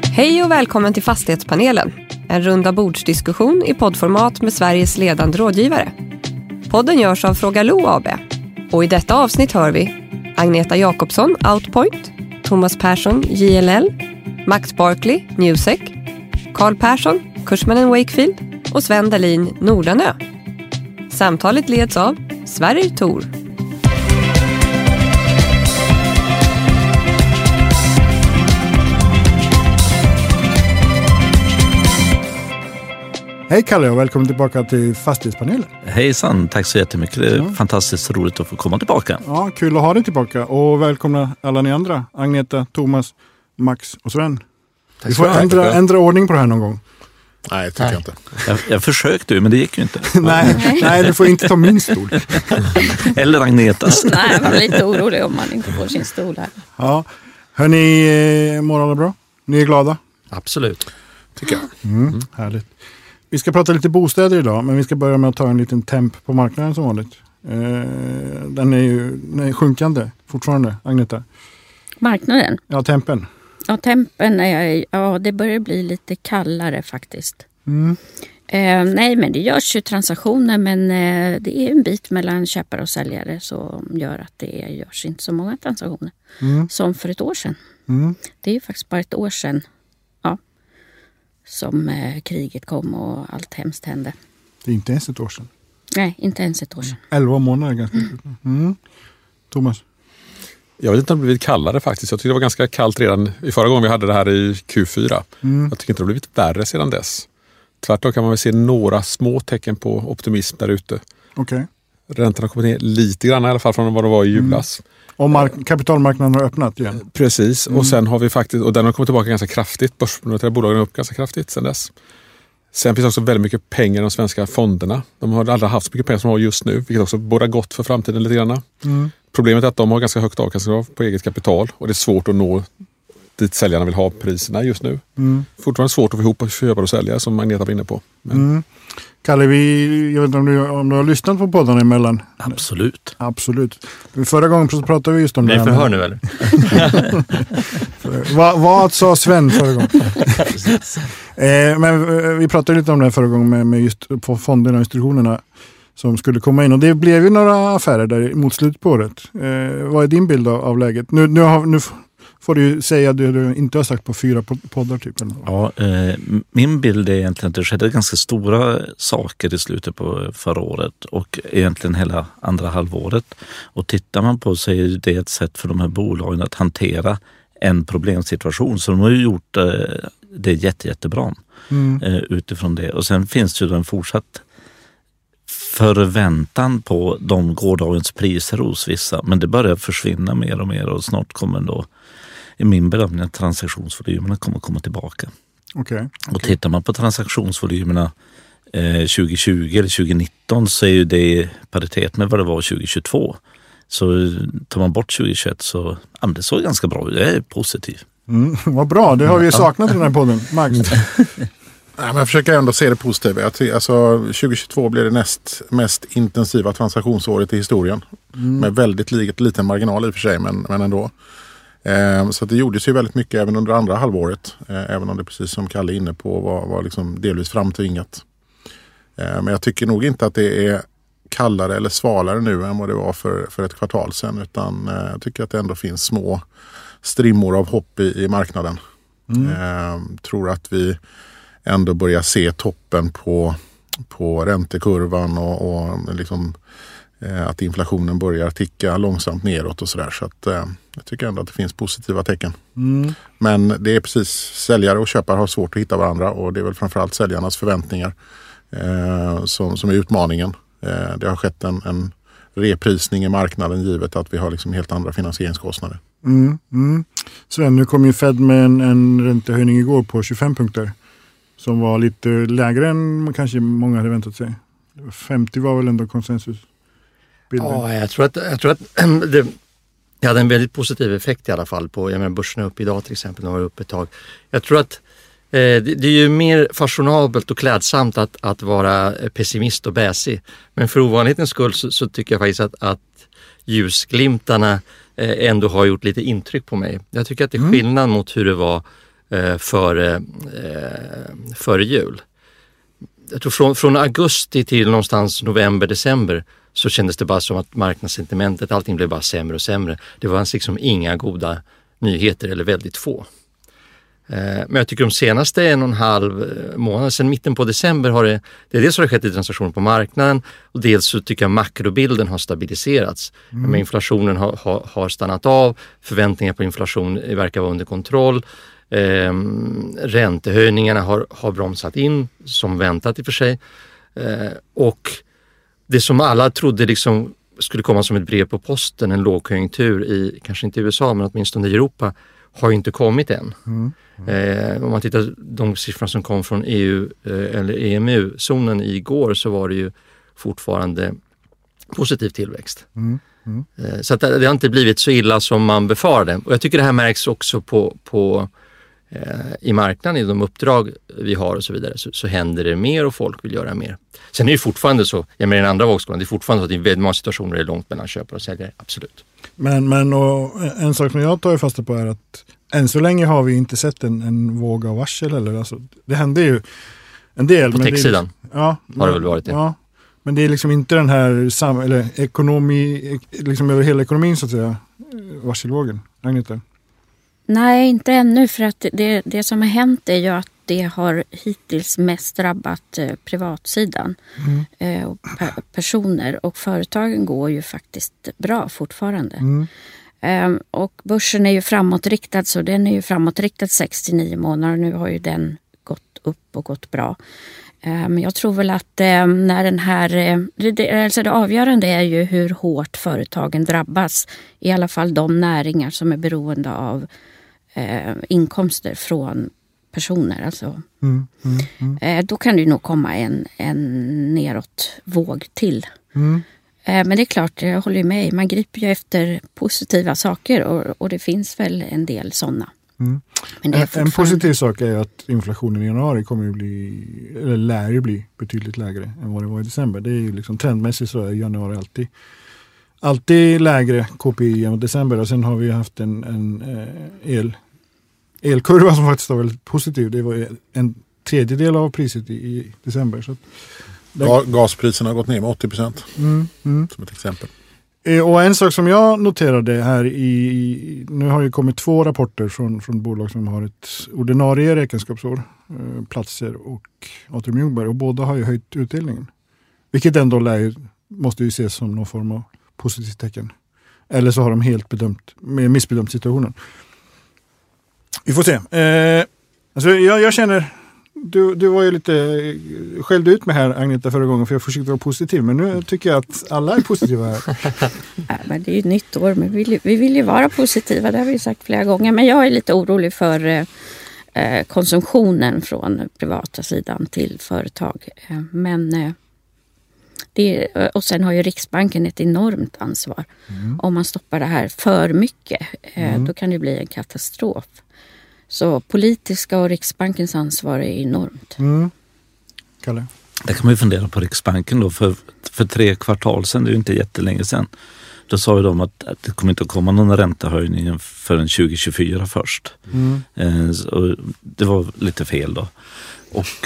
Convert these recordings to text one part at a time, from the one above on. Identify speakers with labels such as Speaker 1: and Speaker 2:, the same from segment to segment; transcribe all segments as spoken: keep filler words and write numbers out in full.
Speaker 1: Hej och välkommen till Fastighetspanelen. En runda bordsdiskussion i poddformat med Sveriges ledande rådgivare. Podden görs av Fråga Lo A B. Och i detta avsnitt hör vi Agneta Jakobsson, Outpoint, Thomas Persson, J L L, Max Barkley, Newsec, Carl Persson, Cushman and Wakefield och Sven Dahlin, Nordanö. Samtalet leds av Sverige Tor.
Speaker 2: Hej Kalle och välkommen tillbaka till Fastighetspanelen.
Speaker 3: Hejsan, tack så jättemycket. Det är ja. fantastiskt roligt att få komma tillbaka.
Speaker 2: Ja, kul att ha dig tillbaka. Och välkomna alla ni andra. Agneta, Thomas, Max och Sven. Tack. Vi får ändra, ändra ordning på det här någon gång.
Speaker 4: Nej, det tycker nej. jag inte.
Speaker 3: Jag, jag försökte ju, men det gick ju inte.
Speaker 2: nej, nej, du får inte ta min stol.
Speaker 3: Eller Agnetas.
Speaker 5: Nej, man är lite orolig om man inte får sin stol här.
Speaker 2: Ja, hörni, mår alla bra? Ni är glada?
Speaker 4: Absolut, tycker jag.
Speaker 2: Mm, mm. Härligt. Vi ska prata lite bostäder idag, men vi ska börja med att ta en liten temp på marknaden som vanligt. Eh, den är ju den är sjunkande fortfarande, Agneta.
Speaker 5: Marknaden?
Speaker 2: Ja, tempen.
Speaker 5: Ja, tempen är, ja, det börjar bli lite kallare faktiskt.
Speaker 2: Mm.
Speaker 5: Eh, nej, men det görs ju transaktioner, men eh, det är en bit mellan köpare och säljare som gör att det görs inte så många transaktioner mm. som för ett år sedan.
Speaker 2: Mm.
Speaker 5: Det är ju faktiskt bara ett år sedan. Ja. Som eh, kriget kom och allt hemskt hände.
Speaker 2: Det är inte ens ett år sedan.
Speaker 5: Nej, inte ens ett år sedan.
Speaker 2: Elva månader ganska. Mm. Mm. Thomas?
Speaker 4: Jag vet inte om det har blivit kallare faktiskt. Jag tyckte det var ganska kallt redan i förra gången vi hade det här i Q fyra. Mm. Jag tycker inte det har blivit värre sedan dess. Tvärtom kan man väl se några små tecken på optimism där ute.
Speaker 2: Okej. Okay.
Speaker 4: Räntorna har kommit ner lite grann i alla fall från vad det var i julas. Mm.
Speaker 2: Och mark- kapitalmarknaden har öppnat igen.
Speaker 4: Precis, mm. och sen har vi faktiskt, och den har kommit tillbaka ganska kraftigt. Börsnoterade bolagen är upp ganska kraftigt sedan dess. Sen finns också väldigt mycket pengar i de svenska fonderna. De har aldrig haft så mycket pengar som de har just nu, vilket också borde gott för framtiden lite grann. Mm. Problemet är att de har ganska högt avkastningskrav på eget kapital och det är svårt att nå dit säljarna vill ha priserna just nu. Mm. Fortfarande svårt att få ihop köpare och säljare som Agneta var inne på. Men...
Speaker 2: Mm. Kalle, vi, jag vet inte om du, om du har lyssnat på poddarna emellan?
Speaker 3: Absolut.
Speaker 2: Absolut. Förra gången pratade vi just om
Speaker 6: det.
Speaker 2: Nej,
Speaker 6: för hör nu eller?
Speaker 2: vad, vad sa Sven förra gången? eh, men vi pratade lite om det här förra gången med, med just på fonderna och institutionerna som skulle komma in. Och det blev ju några affärer där mot slutet på året. Eh, vad är din bild av, av läget? Nu, nu, har, nu får du ju säga det du inte har sagt på fyra poddar typ. Eller?
Speaker 3: Ja, eh, min bild är egentligen att det skedde ganska stora saker i slutet på förra året och egentligen hela andra halvåret. Och tittar man på så är det ett sätt för de här bolagen att hantera en problemsituation. Så de har ju gjort eh, det jätte, jättebra mm. eh, utifrån det. Och sen finns det ju en fortsatt förväntan på de gårdagens priser hos vissa. Men det börjar försvinna mer och mer och snart kommer då i min bedömning att transaktionsvolymerna kommer komma tillbaka.
Speaker 2: Okay, okay.
Speaker 3: Och tittar man på transaktionsvolymerna eh, tjugo tjugo eller tjugo nitton så är ju det paritet med vad det var tjugo tjugotvå. Så tar man bort tjugo tjugoett så ja, det såg ganska bra ut. Det är positivt.
Speaker 2: Mm, vad bra, det har vi ju saknat i den här podden. Max?
Speaker 4: Nej, men jag försöker ändå se det positiva. Alltså, tjugo tjugotvå blir det näst mest intensiva transaktionsåret i historien. Mm. Med väldigt litet, liten marginal i och för sig, men, men ändå. Eh, så det gjordes ju väldigt mycket även under andra halvåret. Eh, även om det precis som Kalle är inne på var, var liksom delvis framtvingat. Eh, men jag tycker nog inte att det är kallare eller svalare nu än vad det var för, för ett kvartal sedan. Utan eh, jag tycker att det ändå finns små strimmor av hopp i, i marknaden. Mm. Eh, tror att vi ändå börjar se toppen på, på räntekurvan och, och liksom, eh, att inflationen börjar ticka långsamt neråt och sådär. Så att, eh, jag tycker ändå att det finns positiva tecken. Mm. Men det är precis, säljare och köpare har svårt att hitta varandra och det är väl framförallt säljarnas förväntningar eh, som, som är utmaningen. Eh, det har skett en, en reprisning i marknaden givet att vi har liksom helt andra finansieringskostnader.
Speaker 2: Mm, mm. Sven, nu kom ju Fed med en, en räntehöjning igår på tjugofem punkter. Som var lite lägre än kanske många hade väntat sig. femtio var väl ändå konsensus.
Speaker 6: Ja, jag tror att, jag tror att det, det hade en väldigt positiv effekt i alla fall på, jag menar börsen är uppe idag till exempel, den var uppe ett tag. Jag tror att eh, det, det är ju mer fashionabelt och klädsamt att, att vara pessimist och bäsig. Men för ovanlighetens skull så, så tycker jag faktiskt att, att ljusglimtarna eh, ändå har gjort lite intryck på mig. Jag tycker att det är skillnad mot hur det var eh, före, eh, före jul. Jag tror från, från augusti till någonstans november, december så kändes det bara som att marknadssentimentet, allting blev bara sämre och sämre. Det var liksom inga goda nyheter eller väldigt få. Men jag tycker de senaste en och en halv månader, sedan mitten på december har det, det är dels har det skett i transaktioner på marknaden och dels så tycker jag makrobilden har stabiliserats. Mm. Men inflationen har, har, har stannat av, förväntningar på inflation verkar vara under kontroll. Eh, räntehöjningarna har, har bromsat in som väntat i och för sig. Eh, och det som alla trodde liksom skulle komma som ett brev på posten, en lågkonjunktur i, kanske inte i U S A men åtminstone i Europa, har ju inte kommit än. Mm. Mm. Eh, om man tittar de siffror som kom från E U eh, eller E M U-zonen igår så var det ju fortfarande positiv tillväxt. Mm. Mm. Eh, så att det, det har inte blivit så illa som man befarade. Och jag tycker det här märks också på, på eh, i marknaden, i de uppdrag vi har och så vidare, så, så händer det mer och folk vill göra mer. Sen är det fortfarande så, jag menar den andra vågskålen, det är fortfarande så att det är väldigt många situationer är långt mellan köpare och säljare, absolut.
Speaker 2: Men, men och en sak som jag tar fasta på är att än så länge har vi inte sett en, en våg av varsel. Eller, alltså, det händer ju en del.
Speaker 6: På techsidan
Speaker 2: ja,
Speaker 6: har det väl varit det.
Speaker 2: Ja, men det är liksom inte den här sam, eller ekonomi, liksom över hela ekonomin så att säga, varselvågen. Agneta?
Speaker 5: Nej, inte ännu, för att det, det som har hänt är ju att det har hittills mest drabbat eh, privatsidan mm. eh, och pe- personer, och företagen går ju faktiskt bra fortfarande. Mm. Eh, och börsen är ju framåtriktad, så den är ju framåtriktad sex till nio månader, nu har ju den gått upp och gått bra. Eh, men jag tror väl att eh, när den här, eh, det, alltså det avgörande är ju hur hårt företagen drabbas, i alla fall de näringar som är beroende av eh, inkomster från personer. Alltså. Mm, mm, mm. Eh, då kan det ju nog komma en, en neråtvåg till. Mm. Eh, men det är klart, jag håller med. Man griper ju efter positiva saker och, och det finns väl en del sådana. Mm. Men det är fortfarande... En positiv sak är att inflationen i januari kommer att bli, eller lär ju bli betydligt lägre än vad det var i december. Det är ju liksom trendmässigt så är januari alltid alltid lägre K P I än december, och sen har vi haft en, en eh, el elkurva som faktiskt var väldigt positiv. Det var en tredjedel av priset i, i december. Så
Speaker 4: det... Ga- gaspriserna har gått ner med åttio procent
Speaker 2: mm, mm.
Speaker 4: som ett exempel.
Speaker 2: Och en sak som jag noterade här i, nu har det kommit två rapporter från, från bolag som har ett ordinarie räkenskapsår, eh, Platser och Atrium Ljungberg, och båda har ju höjt utdelningen. Vilket ändå lär, måste ju ses som någon form av positivt tecken. Eller så har de helt bedömt, missbedömt situationen. Vi får se. Eh, alltså jag, jag känner, du, du var ju lite skälld ut med här, Agneta, förra gången, för jag försökte vara positiv. Men nu tycker jag att alla är positiva här.
Speaker 5: Ja, men det är ju ett nytt år, men vi vill, vi vill ju vara positiva, det har vi sagt flera gånger. Men jag är lite orolig för eh, konsumtionen från privata sidan till företag. Eh, men... Eh, Det, och sen har ju Riksbanken ett enormt ansvar. Mm. Om man stoppar det här för mycket, mm. då kan det bli en katastrof. Så politiska och Riksbankens ansvar är enormt.
Speaker 2: Mm. Kalle?
Speaker 3: Där kan man ju fundera på Riksbanken då. För, för tre kvartal sedan, det är ju inte jättelänge sedan, då sa ju de att, att det kommer inte att komma någon räntehöjning förrän tjugo tjugofyra först. Mm. Eh, så det var lite fel då. Och,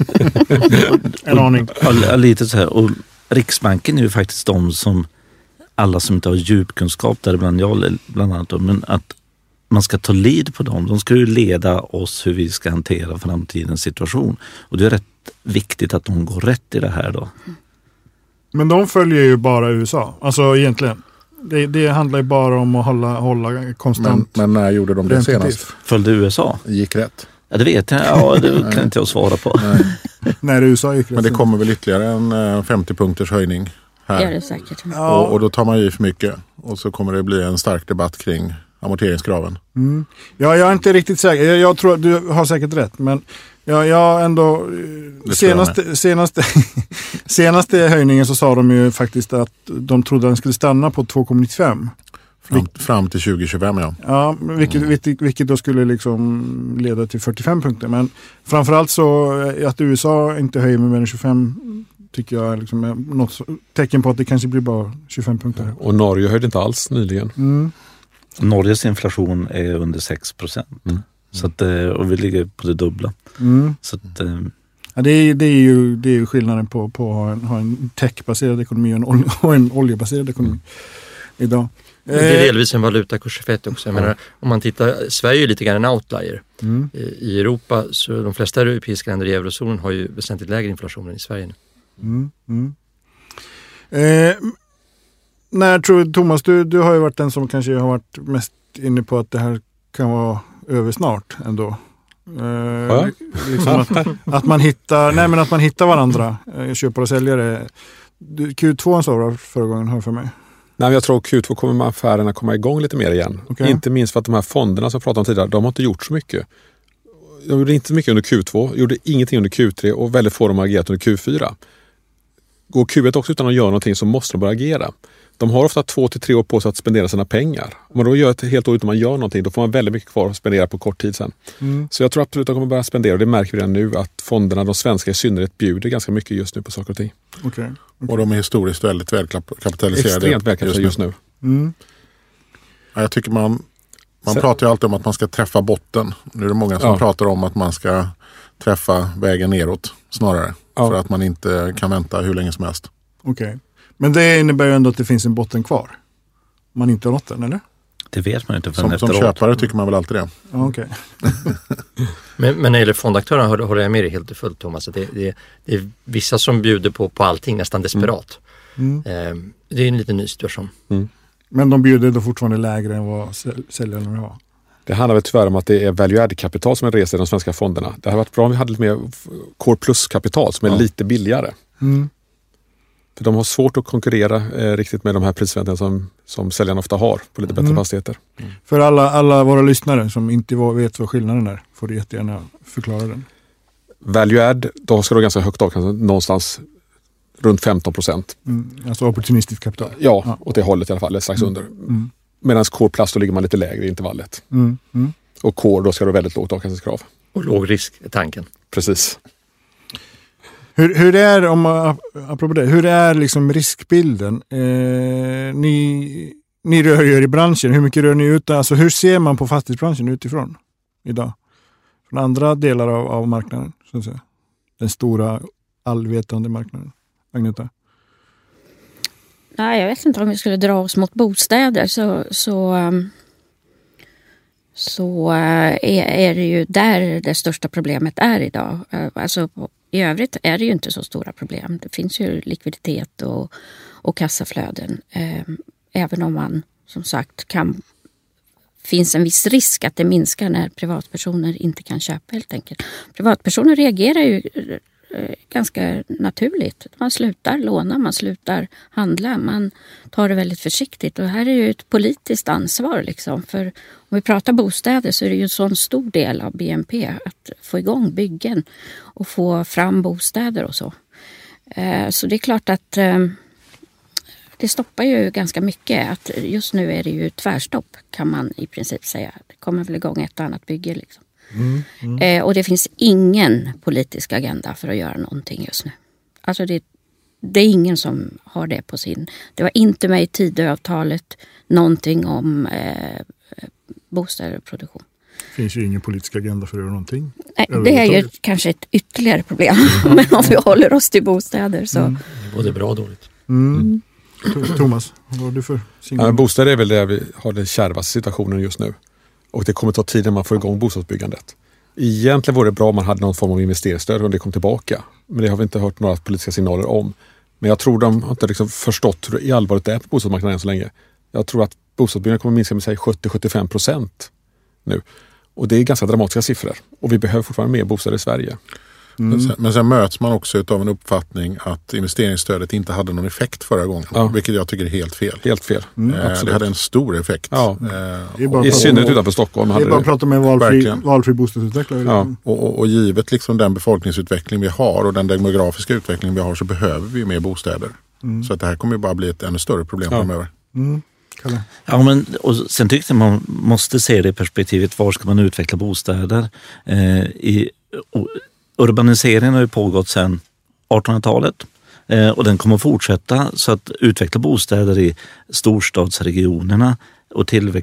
Speaker 2: en aning.
Speaker 3: Och, och, lite så här. Och Riksbanken är ju faktiskt de som, alla som inte har djupkunskap, där bland jag bland annat, men att man ska ta lid på dem. De ska ju leda oss hur vi ska hantera framtidens situation. Och det är rätt viktigt att de går rätt i det här då.
Speaker 2: Men de följer ju bara U S A. Alltså egentligen. Det, det handlar ju bara om att hålla, hålla konstant.
Speaker 4: Men, men när gjorde de det senast?
Speaker 3: Följde U S A?
Speaker 4: Gick rätt.
Speaker 3: Ja, det vet jag. Ja, det kan inte jag svara på.
Speaker 4: Nej.
Speaker 2: När U S A gick rätt.
Speaker 4: Men det kommer väl ytterligare en femtio punkters höjning här.
Speaker 5: Ja, det är säkert.
Speaker 4: Ja. Och, och då tar man ju för mycket. Och så kommer det bli en stark debatt kring amorteringskraven.
Speaker 2: Mm. Ja, jag är inte riktigt säker. Jag, jag tror att du har säkert rätt. Men jag, jag ändå... Senaste, senaste, senaste höjningen så sa de ju faktiskt att de trodde att den skulle stanna på två komma nittiofem.
Speaker 4: Fram, fram till tjugo tjugofem, ja.
Speaker 2: Ja, vilket, mm. vilket, vilket då skulle liksom leda till fyrtiofem punkter. Men framförallt så att U S A inte höjer med mer än tjugofem tycker jag liksom är något tecken på att det kanske blir bara tjugofem punkter.
Speaker 7: Och Norge höjde inte alls nyligen.
Speaker 2: Mm.
Speaker 3: Norges inflation är under sex procent. Mm. Så att, och vi ligger på det dubbla.
Speaker 2: Mm.
Speaker 3: Så att, eh,
Speaker 2: ja, det, är, det, är ju, det är ju skillnaden på, på att ha en, ha en techbaserad ekonomi och en, olje, och en oljebaserad ekonomi idag.
Speaker 6: Det är delvis en valutakurseffekt också. Jag menar, om man tittar, Sverige är lite grann en outlier.
Speaker 2: Mm.
Speaker 6: I Europa, så de flesta europeiska länder i eurozonen har ju väsentligt lägre inflation än i Sverige nu.
Speaker 2: Mm. Mm. Eh, när tror Thomas, du, du har ju varit den som kanske har varit mest inne på att det här kan vara över snart ändå. Eh,
Speaker 7: ja.
Speaker 2: liksom att, att man hittar, nej men att man hittar varandra, eh, köpare och säljare. Q två sa förra gången, hör för mig.
Speaker 7: Nej, jag tror Q två kommer affärerna komma igång lite mer igen.
Speaker 2: Okay.
Speaker 7: Inte minst för att de här fonderna som jag pratade om tidigare, de har inte gjort så mycket. De gjorde inte mycket under Q två, gjorde ingenting under Q tre och väldigt få de har agerat under Q fyra. Går Q ett också utan att göra någonting så måste de börja agera. De har ofta två till tre år på sig att spendera sina pengar. Om man då gör ett helt år utan att man gör någonting, då får man väldigt mycket kvar att spendera på kort tid sen. Mm. Så jag tror absolut att de kommer börja spendera, och det märker vi redan nu att fonderna, de svenska i synnerhet, bjuder ganska mycket just nu på saker och ting.
Speaker 2: Okay. Okay.
Speaker 4: Och de är historiskt väldigt välkapitaliserade.
Speaker 7: Extremt välkapitaliserade just nu. Just nu.
Speaker 2: Mm.
Speaker 4: Ja, jag tycker man, man pratar ju alltid om att man ska träffa botten. Nu är det många som ja. pratar om att man ska träffa vägen neråt snarare. Ja. För att man inte kan vänta hur länge som helst.
Speaker 2: Okej. Okay. Men det innebär ju ändå att det finns en botten kvar. Man inte har nått den, eller?
Speaker 3: Det vet man inte
Speaker 4: förrän efteråt. Som köpare tycker man väl alltid det.
Speaker 2: Ja, okej. Okay.
Speaker 6: men, men när det gäller fondaktörerna håller jag med dig helt och fullt, Thomas. Att det, det, det är vissa som bjuder på, på allting nästan desperat. Mm. Eh, det är en lite ny situation. Mm.
Speaker 2: Men de bjuder då fortfarande lägre än vad säljarna vill ha?
Speaker 7: Det handlar väl tyvärr om att det är value-add-kapital som är rest i de svenska fonderna. Det hade varit bra om vi hade lite mer core plus-kapital som är ja. lite billigare. Mm. För de har svårt att konkurrera eh, riktigt med de här prisförväntningarna som, som säljarna ofta har på lite bättre mm. fastigheter.
Speaker 2: Mm. För alla, alla våra lyssnare som inte vet vad skillnaden är, får du jättegärna förklara den.
Speaker 7: Value-add, då ska du ganska högt av, kanske någonstans runt femton procent.
Speaker 2: Mm. Alltså opportunistiskt kapital?
Speaker 7: Ja, ja, åt det hållet i alla fall, strax mm. under. Mm. Medan core plus då ligger man lite lägre i intervallet. Mm. Mm. Och core då ska du väldigt lågt avkastningskrav.
Speaker 6: Och låg risk är tanken.
Speaker 7: Precis.
Speaker 2: Hur, hur är, om apropå det, hur är liksom riskbilden? Eh, ni, ni rör er i branschen, hur mycket rör ni ut? Alltså hur ser man på fastighetsbranschen utifrån idag? Från andra delar av, av marknaden, så att säga. Den stora allvetande marknaden. Agneta?
Speaker 5: Nej, jag vet inte om vi skulle dra oss mot bostäder så, så, så är, är det ju där det största problemet är idag. Alltså i övrigt är det ju inte så stora problem. Det finns ju likviditet och, och kassaflöden. Även om man som sagt kan, finns en viss risk att det minskar när privatpersoner inte kan köpa helt enkelt. Privatpersoner reagerar ju ganska naturligt. Man slutar låna, man slutar handla, man tar det väldigt försiktigt. Och här är ju ett politiskt ansvar liksom. För om vi pratar bostäder så är det ju en sån stor del av B N P att få igång byggen och få fram bostäder och så. Så det är klart att det stoppar ju ganska mycket. Att just nu är det ju tvärstopp kan man i princip säga. Det kommer väl igång ett annat bygge liksom. Mm, mm. Eh, och det finns ingen politisk agenda för att göra någonting just nu. Alltså det, det är ingen som har det på sin... Det var inte med i Tidöavtalet någonting om eh, bostäder och produktion.
Speaker 2: Det finns ju ingen politisk agenda för att göra någonting.
Speaker 5: Nej, det är ju kanske ett ytterligare problem. Men om vi håller oss till bostäder så... Mm.
Speaker 6: Både bra och dåligt.
Speaker 2: Mm. Mm. Thomas, vad har du för signal?
Speaker 7: Ja, bostäder är väl där vi har den kärvaste situationen just nu. Och det kommer ta tid när man får igång bostadsbyggandet. Egentligen vore det bra om man hade någon form av investeringsstöd om det kom tillbaka. Men det har vi inte hört några politiska signaler om. Men jag tror de har inte liksom förstått hur allvarligt det är på bostadsmarknaden än så länge. Jag tror att bostadsbyggandet kommer minska med sig sjuttio till sjuttiofem procent nu. Och det är ganska dramatiska siffror. Och vi behöver fortfarande mer bostäder i Sverige.
Speaker 4: Mm. Men, sen, men sen möts man också av en uppfattning att investeringsstödet inte hade någon effekt förra gången. Ja. Vilket jag tycker är helt fel.
Speaker 7: Helt fel.
Speaker 4: Mm, eh, det hade en stor effekt.
Speaker 7: Ja.
Speaker 4: Eh,
Speaker 7: I synnerhet utanför Stockholm.
Speaker 2: Det är bara att prata med valfri, valfri bostadsutvecklare.
Speaker 7: Ja.
Speaker 4: Och, och, och givet liksom den befolkningsutveckling vi har och den demografiska utveckling vi har så behöver vi mer bostäder. Mm. Så att det här kommer ju bara bli ett ännu större problem
Speaker 7: ja.
Speaker 4: framöver.
Speaker 2: Mm.
Speaker 3: Ja, men, och sen tyckte jag man måste se det i perspektivet. Var ska man utveckla bostäder? Eh, i, och, urbaniseringen har ju pågått sedan artonhundratalet eh, och den kommer att fortsätta, så att utveckla bostäder i storstadsregionerna och tillväxtorter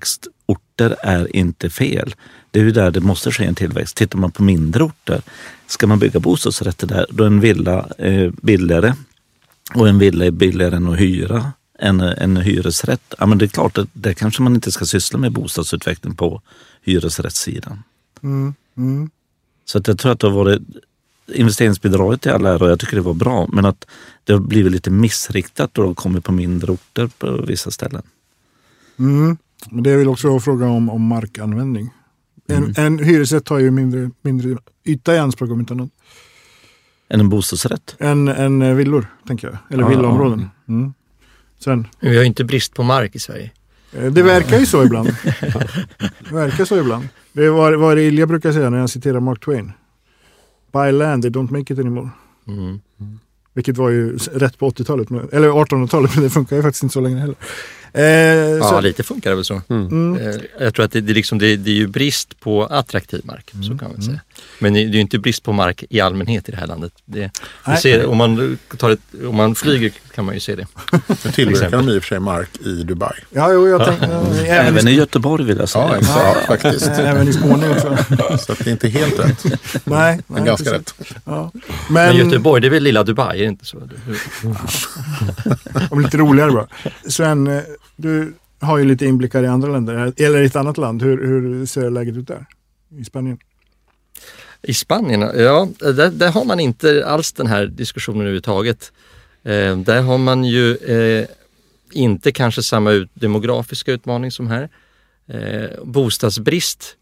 Speaker 3: orter är inte fel. Det är ju där det måste ske en tillväxt. Tittar man på mindre orter, ska man bygga bostadsrätter där, då är en villa eh, billigare. Och en villa är billigare än att hyra en, en hyresrätt. Ja, men det är klart att det kanske man inte ska syssla med bostadsutveckling på hyresrättssidan.
Speaker 2: Mm. Mm.
Speaker 3: Så att jag tror att det har varit investeringsbidraget till alla här, och jag tycker det var bra, men att det har blivit lite missriktat och kommit på mindre orter på vissa ställen.
Speaker 2: Mm. Men det är väl också fråga om, om markanvändning. En, mm. en hyresrätt har ju mindre, mindre yta i anspråk om inte annat.
Speaker 3: Än en bostadsrätt?
Speaker 2: En, en villor, tänker jag. Eller ah, villaområden. Mm. Sen.
Speaker 6: Vi har ju inte brist på mark i Sverige.
Speaker 2: Det verkar ju så ibland. Det verkar så ibland. Det var vad Ilja brukar säga när jag citerar Mark Twain. Buy land, they don't make it anymore. Mm. Mm. Vilket var ju rätt på åttiotalet, eller artonhundratalet, men det funkar ju faktiskt inte så länge heller.
Speaker 6: Eh, ja, så. Lite funkar det väl så.
Speaker 2: Mm.
Speaker 6: Eh, jag tror att det, det, liksom, det, det är ju brist på attraktiv mark, mm. så kan man säga. Men det är ju inte brist på mark i allmänhet i det här landet. Det, det ser, om, man tar ett, om man flyger kan man ju se det.
Speaker 4: Men tillverkar de i och för sig mark i Dubai?
Speaker 2: Ja, jo, jag tänkte...
Speaker 3: Ja. Ja, även, även i Göteborg vill jag säga.
Speaker 4: Ja, exakt, ja, faktiskt.
Speaker 2: Även i Skåne också.
Speaker 4: Så att det är inte helt rätt.
Speaker 2: Nej.
Speaker 4: Men nej, ganska rätt.
Speaker 2: Ja.
Speaker 6: Men... Men Göteborg, det är väl lilla Dubai, är det inte så?
Speaker 2: Om lite roligare bara. Sven, du har ju lite inblickar i andra länder, eller i ett annat land. Hur, hur ser läget ut där? I Spanien?
Speaker 6: I Spanien, ja, där, där har man inte alls den här diskussionen överhuvudtaget. Eh, där har man ju eh, inte kanske samma ut, demografiska utmaning som här. Eh, bostadsbrist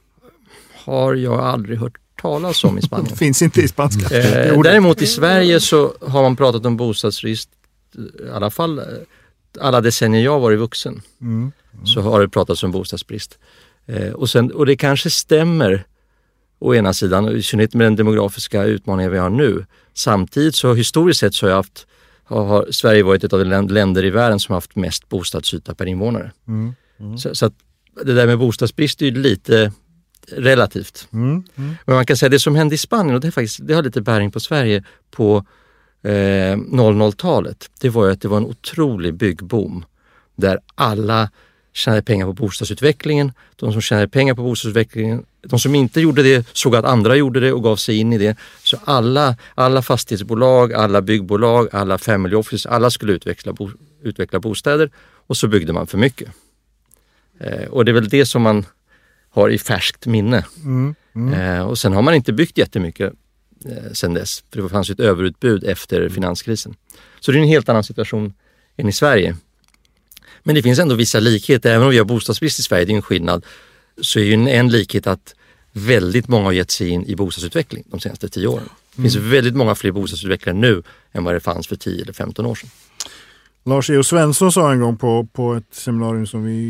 Speaker 6: har jag aldrig hört talas om i Spanien.
Speaker 2: Det finns inte i spanska.
Speaker 6: Eh, däremot i Sverige så har man pratat om bostadsbrist, i alla fall alla decennier jag varit vuxen. Mm. Mm. Så har det pratats om bostadsbrist. Eh, och, sen, och det kanske stämmer å ena sidan, i synnerhet med den demografiska utmaningen vi har nu. Samtidigt så historiskt sett så har, jag haft, har, har Sverige varit ett av de länder i världen som har haft mest bostadsyta per invånare. Mm. Mm. Så, så att det där med bostadsbrist är ju lite relativt. Mm. Mm. Men man kan säga att det som hände i Spanien, och det, är faktiskt, det har lite bäring på Sverige på eh, noll noll-talet. Det var ju att det var en otrolig byggboom där alla tjänade pengar på bostadsutvecklingen. De som tjänade pengar på bostadsutvecklingen, de som inte gjorde det såg att andra gjorde det och gav sig in i det. Så alla, alla fastighetsbolag, alla byggbolag, alla family office, alla skulle utveckla, bo, utveckla bostäder, och så byggde man för mycket. Eh, och det är väl det som man har i färskt minne. Mm, mm. Eh, och sen har man inte byggt jättemycket eh, sen dess. För det fanns ett överutbud efter finanskrisen. Så det är en helt annan situation än i Sverige. Men det finns ändå vissa likheter. Även om vi har bostadsbrist i Sverige, det är en skillnad. Så är ju en, en likhet att väldigt många har gett sig in i bostadsutveckling de senaste tio åren. Det finns mm. väldigt många fler bostadsutvecklare nu än vad det fanns för tio eller femton år sedan.
Speaker 2: Lars E O Svensson sa en gång på, på ett seminarium som vi,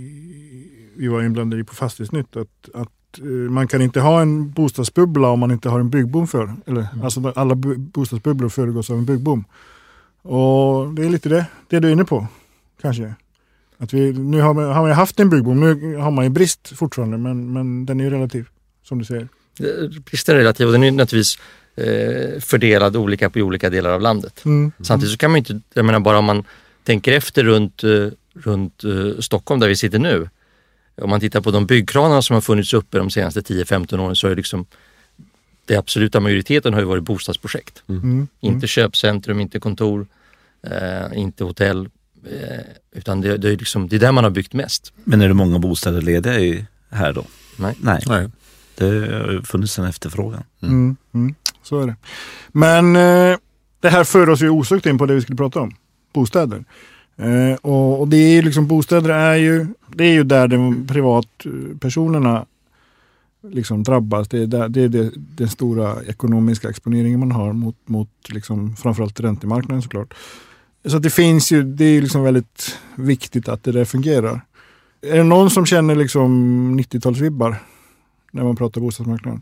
Speaker 2: vi var inblandade i på Fastighetsnytt att, att man kan inte ha en bostadsbubbla om man inte har en byggboom för. Eller, mm. Alltså alla bostadsbubblor föregås av en byggboom. Och det är lite det, det du är inne på. Kanske. Att vi, nu har man, har man haft en byggboom, nu har man ju brist fortfarande, men, men den är ju relativ, som du säger.
Speaker 6: Bristen är relativ och den är naturligtvis eh, fördelad olika på olika delar av landet. Mm. Samtidigt så kan man inte, jag menar bara om man tänker efter runt, eh, runt eh, Stockholm där vi sitter nu. Om man tittar på de byggkranar som har funnits uppe de senaste tio femton åren, så är det liksom det absoluta majoriteten har ju varit bostadsprojekt. Mm. Mm. Inte köpcentrum, inte kontor, eh, inte hotell. Utan det, det, är liksom, det är där man har byggt mest.
Speaker 3: Men är det många bostäder lediga i, här då?
Speaker 6: Nej.
Speaker 3: Nej. Nej. Det har funnits en efterfrågan.
Speaker 2: Mm. Mm, mm, så är det. Men eh, det här för oss ju osökt in på det vi skulle prata om. Bostäder. Eh, och, och det är liksom, bostäder är ju, det är ju där de privatpersonerna liksom drabbas. Det är, där, det är det, den stora ekonomiska exponeringen man har mot, mot liksom, framförallt räntemarknaden såklart. Så det finns ju, det är liksom väldigt viktigt att det där fungerar. Är det någon som känner liksom nittiotalsvibbar när man pratar bostadsmarknaden?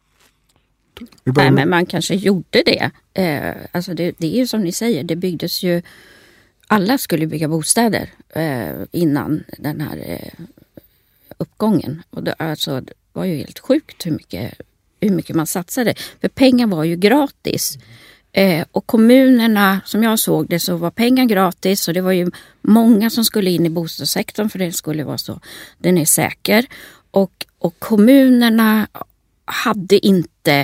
Speaker 5: Nej, men man kanske gjorde det. Eh, alltså det, det är ju som ni säger, det byggdes ju, alla skulle bygga bostäder eh, innan den här eh, uppgången. Och det, alltså, det var ju helt sjukt hur mycket, hur mycket man satsade. För pengar var ju gratis. Eh, och kommunerna, som jag såg det, så var pengar gratis och det var ju många som skulle in i bostadssektorn för det skulle vara så. Den är säker. Och, och kommunerna hade inte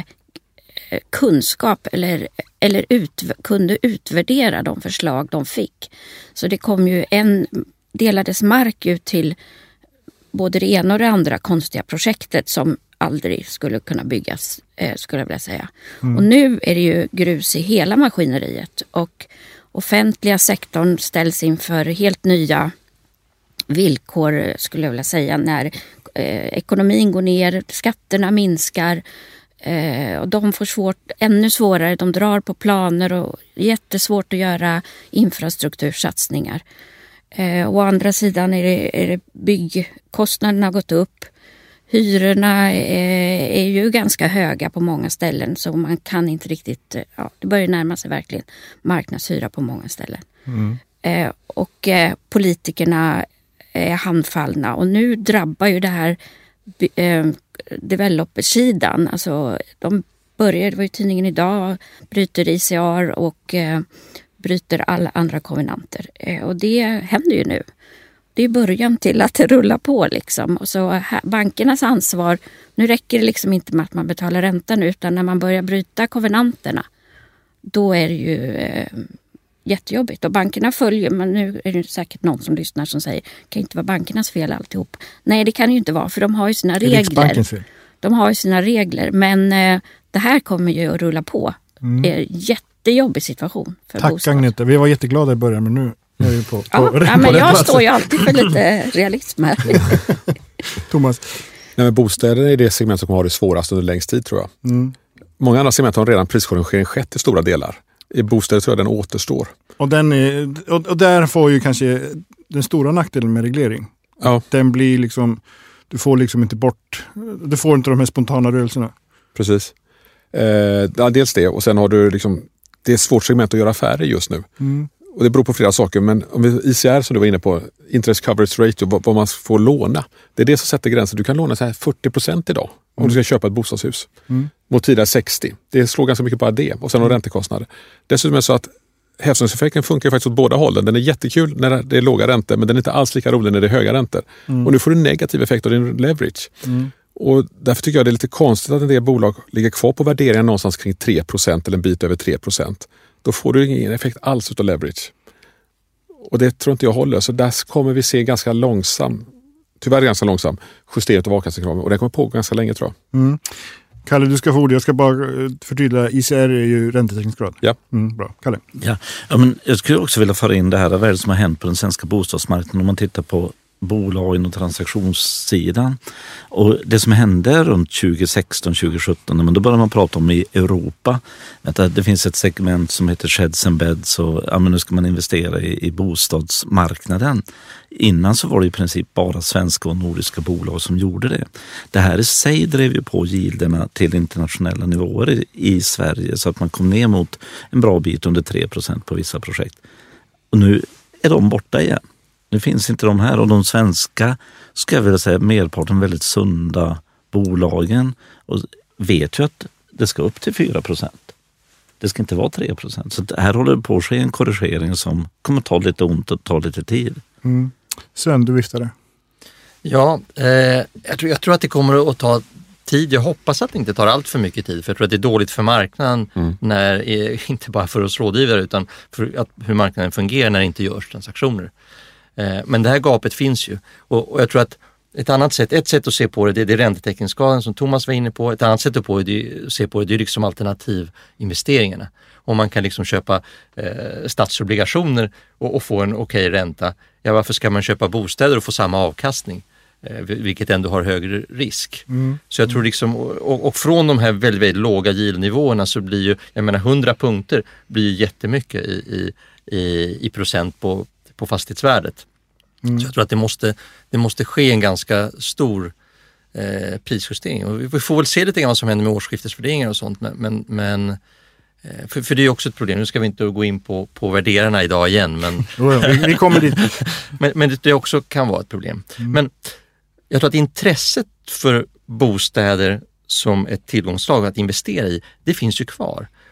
Speaker 5: kunskap eller, eller ut, kunde utvärdera de förslag de fick. Så det kom ju en, delades mark ut till både det ena och det andra konstiga projektet som aldrig skulle kunna byggas, eh, skulle jag vilja säga. Mm. Och nu är det ju grus i hela maskineriet och offentliga sektorn ställs inför helt nya villkor, skulle jag vilja säga, när eh, ekonomin går ner, skatterna minskar eh, och de får svårt, ännu svårare, de drar på planer och jättesvårt att göra infrastruktursatsningar. Eh, å andra sidan är det, är det byggkostnaderna har gått upp. Hyrorna är, är ju ganska höga på många ställen så man kan inte riktigt, ja, det börjar närma sig verkligen marknadshyra på många ställen. Mm. Eh, och eh, politikerna är handfallna och nu drabbar ju det här eh, developersidan. Alltså de börjar, det var ju tidningen idag, bryter I C R och eh, bryter alla andra kovenanter. Eh, och det händer ju nu. Det är början till att det rullar på liksom. Och så här, bankernas ansvar, nu räcker det liksom inte med att man betalar räntan utan när man börjar bryta kovenanterna, då är det ju eh, jättejobbigt. Och bankerna följer, men nu är det säkert någon som lyssnar som säger, kan inte vara bankernas fel alltihop. Nej, det kan ju inte vara, för de har ju sina regler. De har ju sina regler, men eh, det här kommer ju att rulla på. Mm. Det är en jättejobbig situation för
Speaker 2: Tack
Speaker 5: bostad.
Speaker 2: Agneta, vi var jätteglada i början men nu är vi på, på,
Speaker 5: ja,
Speaker 2: på,
Speaker 5: ja, men jag platsen. Står ju alltid för lite realism här.
Speaker 2: Thomas?
Speaker 7: Nej, men bostäder är det segment som har det svårast under längst tid tror jag. Mm. Många andra segment har redan priskorrigering skett i stora delar. I bostäder tror jag den återstår.
Speaker 2: Och, den är, och, och där får ju kanske den stora nackdelen med reglering.
Speaker 7: Ja.
Speaker 2: Den blir liksom, du får liksom inte bort, du får inte de här spontana rörelserna.
Speaker 7: Precis. Eh, ja, dels det och sen har du liksom, det är ett svårt segment att göra affärer just nu. Mm. Och det beror på flera saker, men om vi, I C R som du var inne på, interest coverage ratio, vad, vad man får låna. Det är det som sätter gränsen. Du kan låna så här fyrtio procent idag om mm. du ska köpa ett bostadshus. Mm. Mot tidigare sextio. Det slår ganska mycket bara det. Och sen har mm. räntekostnader. Dessutom är det så att hävstångseffekten funkar faktiskt åt båda hållen. Den är jättekul när det är låga räntor, men den är inte alls lika rolig när det är höga räntor. Mm. Och nu får du negativ effekt av din leverage. Mm. Och därför tycker jag det är lite konstigt att en del bolag ligger kvar på värderingar någonstans kring tre procent eller en bit över tre procent. Då får du ingen effekt alls av leverage. Och det tror inte jag håller. Så där kommer vi se ganska långsam, tyvärr ganska långsam, justering av avkastningskraven. Och det kommer på ganska länge tror jag.
Speaker 2: Mm. Kalle, du ska få ordet. Jag ska bara förtydliga. I C R är ju räntetäckningsgrad.
Speaker 7: Ja.
Speaker 2: Mm, bra. Kalle?
Speaker 3: Ja. Ja, men jag skulle också vilja föra in det här. Vad är det som har hänt på den svenska bostadsmarknaden om man tittar på bolagen och transaktionssidan. Och det som hände runt tjugo sexton tjugo sjutton, men då började man prata om i Europa. Att det finns ett segment som heter sheds and beds och ja, men nu ska man investera i, i bostadsmarknaden. Innan så var det i princip bara svenska och nordiska bolag som gjorde det. Det här i sig drev ju på yielderna till internationella nivåer i, i Sverige så att man kom ner mot en bra bit under tre procent på vissa projekt. Och nu är de borta igen. Nu finns inte de här och de svenska, ska jag vilja säga, merparten väldigt sunda bolagen och vet ju att det ska upp till fyra procent. Det ska inte vara tre procent. Så här håller det på att ske en korrigering som kommer ta lite ont och ta lite tid.
Speaker 2: Mm. Sven, du viftade.
Speaker 6: Ja, eh, jag, tror, jag tror att det kommer att ta tid. Jag hoppas att det inte tar allt för mycket tid. För jag tror att det är dåligt för marknaden, mm. när, inte bara för oss rådgivare utan för att, hur marknaden fungerar när det inte görs transaktioner. Men det här gapet finns ju och, och jag tror att ett annat sätt, ett sätt att se på det, det är, det är räntetäckningsgraden som Thomas var inne på. Ett annat sätt att på det, se på det, det är liksom alternativinvesteringarna. Om man kan liksom köpa eh, statsobligationer och, och få en okej ränta. Ja, varför ska man köpa bostäder och få samma avkastning? Eh, vilket ändå har högre risk. Mm. Så jag tror liksom, och, och från de här väldigt, väldigt låga yieldnivåerna så blir ju, jag menar hundra punkter blir ju jättemycket i, i, i, i procent på på fastighetsvärdet. Mm. Så jag tror att det måste, det måste ske en ganska stor eh, prisjustering. Och vi får väl se lite grann vad som händer med årsskiftesvärderingar och sånt. Men, men eh, för, för det är också ett problem. Nu ska vi inte gå in på, på värderarna idag igen. Men,
Speaker 2: vi, vi kommer dit.
Speaker 6: men, men det också kan vara ett problem. Mm. Men jag tror att intresset för bostäder som ett tillgångsslag att investera i, det finns ju kvar.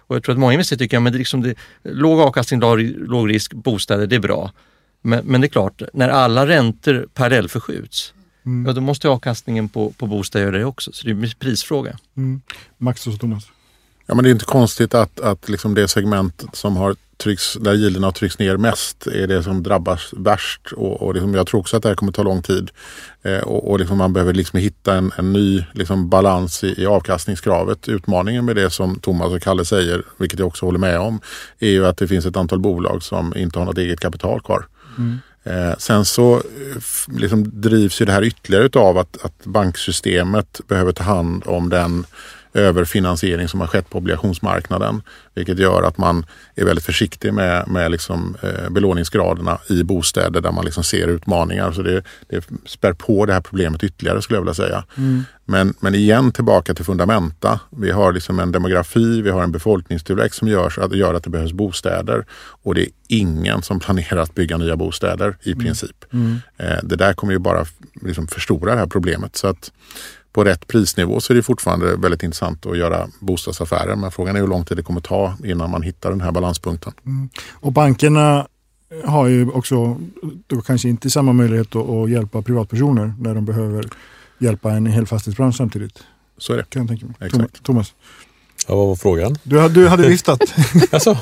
Speaker 6: Och jag tror att många investerare tycker att ja, liksom det, låg avkastning, låg risk, bostäder, det är bra. Men, men det är klart, när alla räntor parallell förskjuts, mm. ja, då måste avkastningen på, på bostäder göra det också. Så det är en prisfråga.
Speaker 2: Mm. Max och Thomas.
Speaker 4: Ja, men det är inte konstigt att, att liksom det segment som har trycks, där gilderna har tryckts ner mest är det som drabbas värst. Och, och liksom, jag tror också att det här kommer ta lång tid. Eh, och och liksom man behöver liksom hitta en, en ny liksom balans i, i avkastningskravet. Utmaningen med det som Thomas och Kalle säger, vilket jag också håller med om, är ju att det finns ett antal bolag som inte har något eget kapital kvar. Mm. Eh, sen så liksom drivs ju det här ytterligare av att, att banksystemet behöver ta hand om den överfinansiering som har skett på obligationsmarknaden, vilket gör att man är väldigt försiktig med, med liksom, eh, belåningsgraderna i bostäder där man liksom ser utmaningar. Så det, det spär på det här problemet ytterligare, skulle jag vilja säga. Mm. Men, men igen tillbaka till fundamenta. Vi har liksom en demografi, vi har en befolkningstillväxt som gör, att, gör att det behövs bostäder, och det är ingen som planerar att bygga nya bostäder i princip. Mm. Eh, det där kommer ju bara liksom förstora det här problemet. Så att på rätt prisnivå så är det fortfarande väldigt intressant att göra bostadsaffärer. Men frågan är hur lång tid det kommer ta innan man hittar den här balanspunkten.
Speaker 2: Mm. Och bankerna har ju också då kanske inte samma möjlighet att, att hjälpa privatpersoner när de behöver hjälpa en hel fastighetsbransch samtidigt.
Speaker 4: Så är det.
Speaker 2: Kan jag tänka mig.
Speaker 4: Exakt.
Speaker 2: Thomas.
Speaker 7: Ja, vad var frågan?
Speaker 2: Du, du hade viftat.
Speaker 7: Alltså.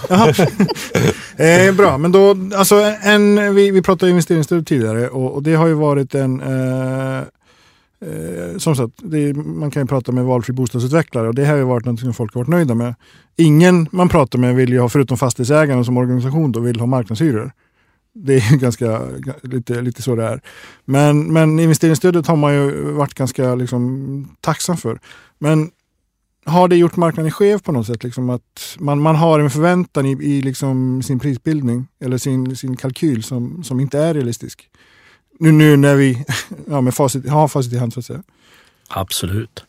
Speaker 2: eh, bra, men då, alltså en, vi, vi pratade investeringsstöd tidigare och, och det har ju varit en... Eh, Eh, som sagt, det är, man kan ju prata med valfri bostadsutvecklare och det här har ju varit något som folk har varit nöjda med. Ingen man pratar med vill ju ha, förutom fastighetsägarna som organisation, då vill ha marknadshyror. Det är ju ganska lite, lite så det är. Men, men investeringsstödet har man ju varit ganska liksom, tacksam för. Men har det gjort marknaden skev på något sätt? Liksom att man, man har en förväntan i, i liksom sin prisbildning eller sin, sin kalkyl som, som inte är realistisk. Nu, nu när vi ja, med facit, har facit i hand så att säga.
Speaker 3: Absolut.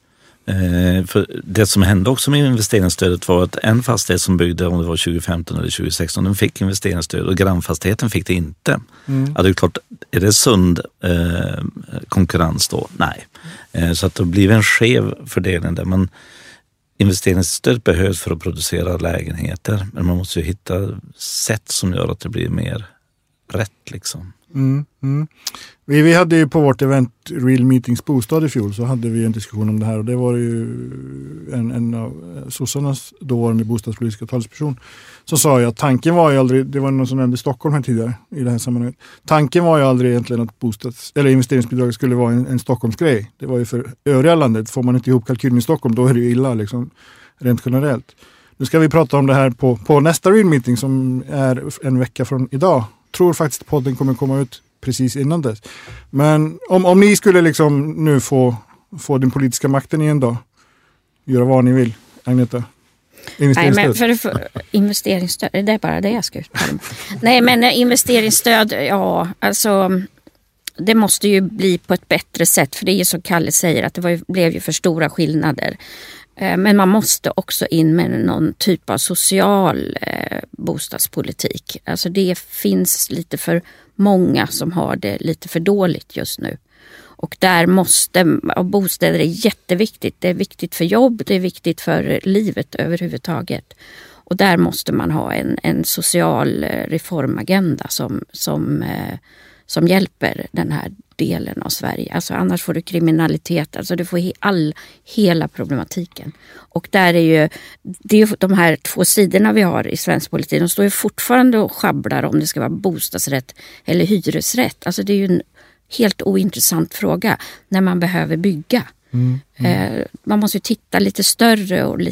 Speaker 3: Eh, för det som hände också med investeringsstödet var att en fastighet som byggde, om det var tjugo femton eller tjugo sexton, den fick investeringsstöd och grannfastigheten fick det inte. Mm. Ja, det är klart, är det sund eh, konkurrens då? Nej. Eh, så att det blir en skev fördelning där. Men investeringsstöd behövs för att producera lägenheter, men man måste ju hitta sätt som gör att det blir mer rätt liksom.
Speaker 2: Mm, mm. Vi, vi hade ju på vårt event Real Meetings Bostad i fjol så hade vi en diskussion om det här och det var ju en, en av sossarnas dåvarande bostadspolitiska talesperson som sa ju att tanken var ju aldrig, det var någon som nämnde Stockholm här tidigare i det här sammanhanget, tanken var ju aldrig egentligen att bostads, eller investeringsbidraget skulle vara en, en Stockholmsgrej. Det var ju för övriga landet, får man inte ihop kalkylen i Stockholm då är det ju illa liksom, rent generellt. Nu ska vi prata om det här på, på nästa Real Meeting som är en vecka från idag. Tror faktiskt att podden kommer komma ut precis innan dess. Men om, om ni skulle liksom nu få, få den politiska makten igen då, göra vad ni vill, Agneta?
Speaker 5: Investeringsstöd. Nej, men för, för investeringsstöd, det är bara det jag ska uttala. Nej, men investeringsstöd, ja, alltså det måste ju bli på ett bättre sätt, för det är ju som Kalle säger att det var, blev ju för stora skillnader. Men man måste också in med någon typ av social eh, bostadspolitik. Alltså det finns lite för många som har det lite för dåligt just nu. Och där måste, och bostäder är jätteviktigt. Det är viktigt för jobb, det är viktigt för livet överhuvudtaget. Och där måste man ha en, en social reformagenda som, som, eh, som hjälper den här delen av Sverige. Alltså annars får du kriminalitet, alltså du får he, all, hela problematiken. Och där är ju, det är ju de här två sidorna vi har i svensk politik, de står ju fortfarande och schabblar om det ska vara bostadsrätt eller hyresrätt. Alltså det är ju en helt ointressant fråga när man behöver bygga. Mm, mm. Eh, man måste ju titta lite större och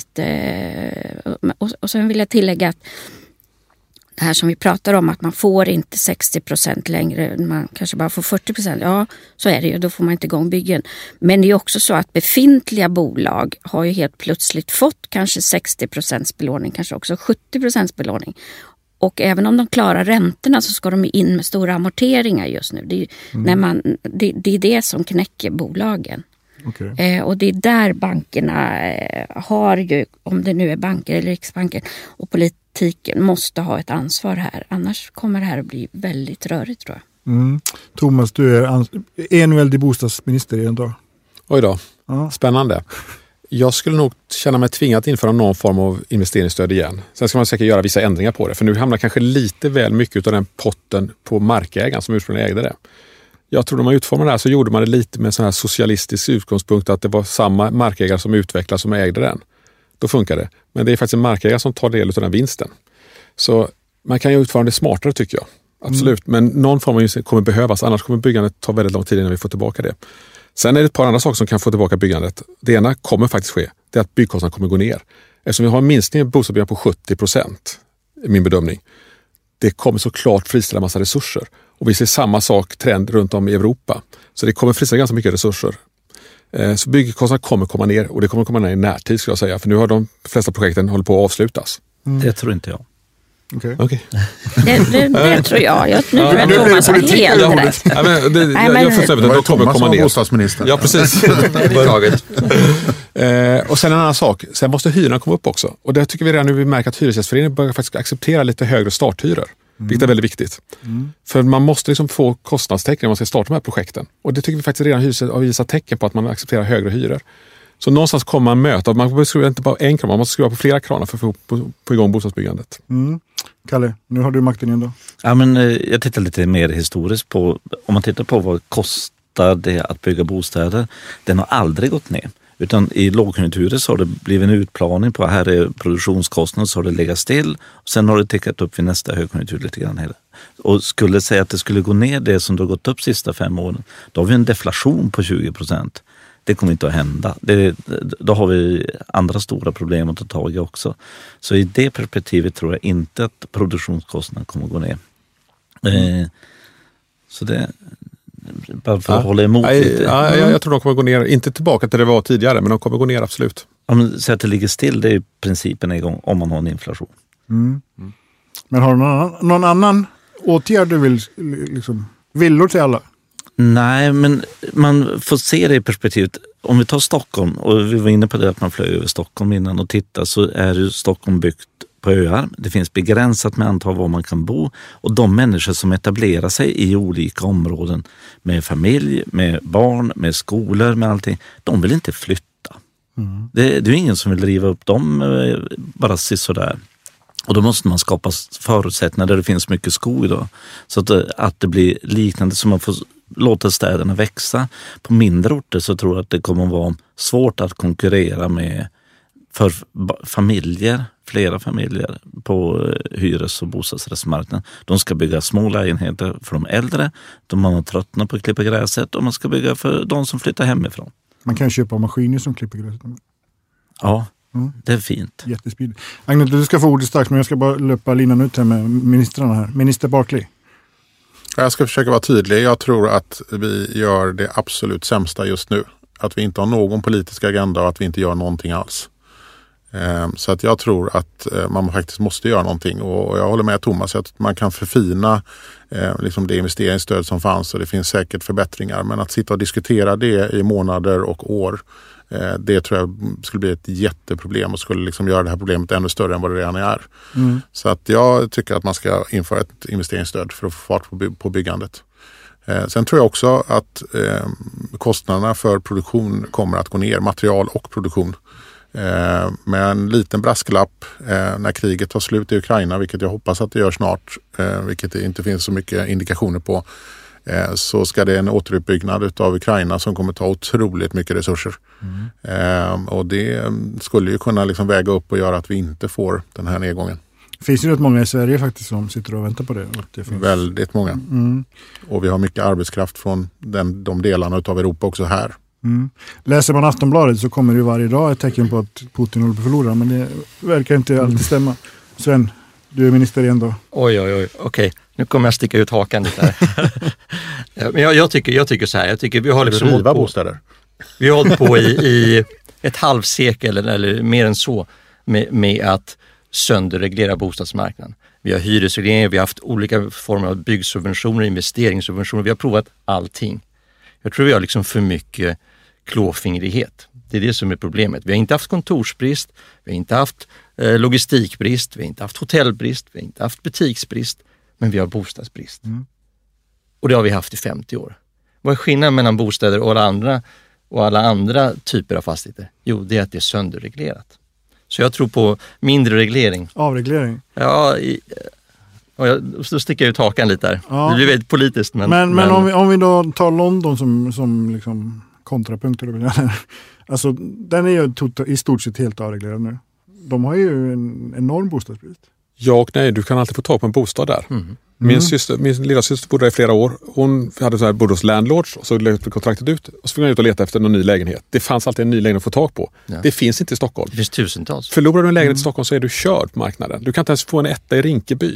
Speaker 5: lite, och, och sen vill jag tillägga att det här som vi pratar om, att man får inte sextio procent längre, man kanske bara får fyrtio procent. Ja, så är det ju, då får man inte igång byggen. Men det är också så att befintliga bolag har ju helt plötsligt fått kanske sextio procent belåning, kanske också sjuttio procent belåning. Och även om de klarar räntorna så ska de in med stora amorteringar just nu. Det är, ju, mm. när man, det, det är det som knäcker bolagen. Okay. Eh, och det är där bankerna eh, har ju, om det nu är banker eller Riksbanken och politiken måste ha ett ansvar här. Annars kommer det här att bli väldigt rörigt, tror jag.
Speaker 2: Mm. Thomas, du är ans- enväldig bostadsminister i en dag.
Speaker 7: Oj då, ja. Spännande. Jag skulle nog känna mig tvingad att införa någon form av investeringsstöd igen. Sen ska man säkert göra vissa ändringar på det. För nu hamnar kanske lite väl mycket av den potten på markägaren som ursprungligen ägde det. Jag tror när man utformade det här så gjorde man det lite med en sån här socialistisk utgångspunkt att det var samma markägare som utvecklade som ägde den. Då funkar det. Men det är faktiskt en markägare som tar del av den vinsten. Så man kan ju utforma det smartare tycker jag. Absolut. Mm. Men någon form av investering kommer behövas. Annars kommer byggandet ta väldigt lång tid innan vi får tillbaka det. Sen är det ett par andra saker som kan få tillbaka byggandet. Det ena kommer faktiskt ske. Det är att byggkostnaderna kommer gå ner. Eftersom vi har en minskning i bostadsbyggandet på sjuttio procent i min bedömning. Det kommer såklart friställa massa resurser. Och vi ser samma sak trend runt om i Europa. Så det kommer friställa ganska mycket resurser. Så byggkostnaderna kommer komma ner och det kommer komma ner i närtid skulle jag säga. För nu har de flesta projekten håller på att avslutas.
Speaker 3: Mm. Det tror inte jag.
Speaker 2: Okej.
Speaker 7: Okay.
Speaker 5: Det, det, det tror jag. Jag nu
Speaker 7: ja,
Speaker 5: tror jag Thomas har helt rätt.
Speaker 7: Ja, men det, Nej, men, jag får säga att de kommer komma ner.
Speaker 4: Bostadsministern.
Speaker 7: Ja, precis. eh, och sen en annan sak. Sen måste hyrorna komma upp också. Och det tycker vi redan nu vi märker att hyresgästföreningen börjar faktiskt acceptera lite högre starthyror. Mm. Vilket är väldigt viktigt. Mm. För man måste liksom få kostnadstäckning när man ska starta de här projekten. Och det tycker vi faktiskt redan har visat tecken på att man accepterar högre hyror. Så någonstans kommer man möta. Man behöver skruva inte bara en kran, man måste skruva på flera kranar för att få på, på igång bostadsbyggandet.
Speaker 2: Mm. Kalle, nu har du makten igen då.
Speaker 3: Ja, men jag tittar lite mer historiskt på, om man tittar på vad kostar det att bygga bostäder. Den har aldrig gått ner. Utan i lågkonjunkturer så har det blivit en utplaning på här är produktionskostnaden så har det legat still. Och sen har det tickat upp vid nästa högkonjunktur lite grann. Hela. Och skulle säga att det skulle gå ner det som det har gått upp sista fem åren. Då har vi en deflation på tjugo procent. Det kommer inte att hända. Det, då har vi andra stora problem att ta tag i också. Så i det perspektivet tror jag inte att produktionskostnaden kommer att gå ner. Mm. Eh, så det... Bara för att ja. hålla emot
Speaker 7: ja,
Speaker 3: lite.
Speaker 7: Ja, ja, jag tror de kommer gå ner, inte tillbaka till det var tidigare, men de kommer gå ner absolut.
Speaker 3: Ja, men så att det ligger still, det är principen igång om man har en inflation.
Speaker 2: Mm. Mm. Men har du någon annan, någon annan åtgärd du vill, liksom, villor till alla?
Speaker 3: Nej, men man får se det i perspektivet. Om vi tar Stockholm, och vi var inne på det att man flög över Stockholm innan och titta, så är ju Stockholm byggt på öar. Det finns begränsat med antal var man kan bo och de människor som etablerar sig i olika områden med familj, med barn, med skolor, med allting, de vill inte flytta. Mm. Det, det är ingen som vill riva upp dem bara sådär. Och då måste man skapa förutsättningar där det finns mycket skog då. Så att, att det blir liknande så man får låta städerna växa. På mindre orter så tror jag att det kommer att vara svårt att konkurrera med för familjer, flera familjer på hyres- och bostadsrättsmarknaden. De ska bygga små lägenheter för de äldre, de har tröttnat på att klippa gräset och man ska bygga för de som flyttar hemifrån.
Speaker 2: Man kan köpa maskiner som klipper gräset.
Speaker 3: Ja, mm. Det är fint.
Speaker 2: Jättespeed. Agneta, du ska få ordet strax men jag ska bara löpa linan ut här med ministrarna här. Minister Barkley.
Speaker 4: Jag ska försöka vara tydlig. Jag tror att vi gör det absolut sämsta just nu. Att vi inte har någon politisk agenda och att vi inte gör någonting alls. Så att jag tror att man faktiskt måste göra någonting och jag håller med Thomas att man kan förfina liksom det investeringsstöd som fanns och det finns säkert förbättringar men att sitta och diskutera det i månader och år det tror jag skulle bli ett jätteproblem och skulle liksom göra det här problemet ännu större än vad det redan är. Mm. Så att jag tycker att man ska införa ett investeringsstöd för att få fart på, by- på byggandet. Eh, sen tror jag också att eh, kostnaderna för produktion kommer att gå ner, material och produktion. Eh, med en liten brasklapp eh, när kriget tar slut i Ukraina, vilket jag hoppas att det gör snart, eh, vilket det inte finns så mycket indikationer på, eh, så ska det en återuppbyggnad av Ukraina som kommer ta otroligt mycket resurser. Mm. Eh, och det skulle ju kunna liksom väga upp och göra att vi inte får den här nedgången.
Speaker 2: Det finns ju rätt många i Sverige faktiskt som sitter och väntar på det. Och det finns...
Speaker 4: Väldigt många. Mm. Och vi har mycket arbetskraft från den, de delarna av Europa också här.
Speaker 2: Mm. Läser man Aftonbladet så kommer det ju varje dag ett tecken på att Putin håller på att förlora, men det verkar inte alltid stämma. Sven, du är minister igen då.
Speaker 6: Oj, oj, oj. Okej, nu kommer jag sticka ut hakan lite här. Men jag, jag, tycker, jag tycker så här, jag tycker vi har liksom
Speaker 4: hållit på, bostäder.
Speaker 6: Vi har hållit på i, i ett halvsekel eller, eller mer än så med, med att sönderreglera bostadsmarknaden. Vi har hyresregleringar, vi har haft olika former av byggsubventioner, investeringssubventioner, vi har provat allting. Jag tror vi har liksom för mycket klåfingrighet. Det är det som är problemet. Vi har inte haft kontorsbrist, vi har inte haft eh, logistikbrist, vi har inte haft hotellbrist, vi har inte haft butiksbrist, men vi har bostadsbrist. Mm. Och det har vi haft i femtio år. Vad är skillnaden mellan bostäder och alla andra och alla andra typer av fastigheter? Jo, det är att det är sönderreglerat. Så jag tror på mindre reglering.
Speaker 2: Avreglering?
Speaker 6: Ja, i, och jag, då sticker jag ut hakan lite där. Ja. Det blir väldigt politiskt. Men,
Speaker 2: men, men,
Speaker 6: men
Speaker 2: om, vi, om vi då tar London som, som liksom kontrapunkt. Alltså, den är ju tot- i stort sett helt avreglerad nu. De har ju en enorm bostadsbrist.
Speaker 7: Ja och nej, du kan alltid få tag på en bostad där. Mm. Min,
Speaker 2: Mm.
Speaker 7: syster, min lilla syster bodde där i flera år. Hon hade så här, bodde hos landlords och så löpte kontraktet ut. Och så fick hon ut och leta efter någon ny lägenhet. Det fanns alltid en ny lägenhet att få tag på.
Speaker 6: Ja.
Speaker 7: Det finns inte i Stockholm.
Speaker 6: Det finns tusentals.
Speaker 7: Förlorar du en lägenhet i Stockholm så är du körd på marknaden. Du kan inte ens få en etta i Rinkeby.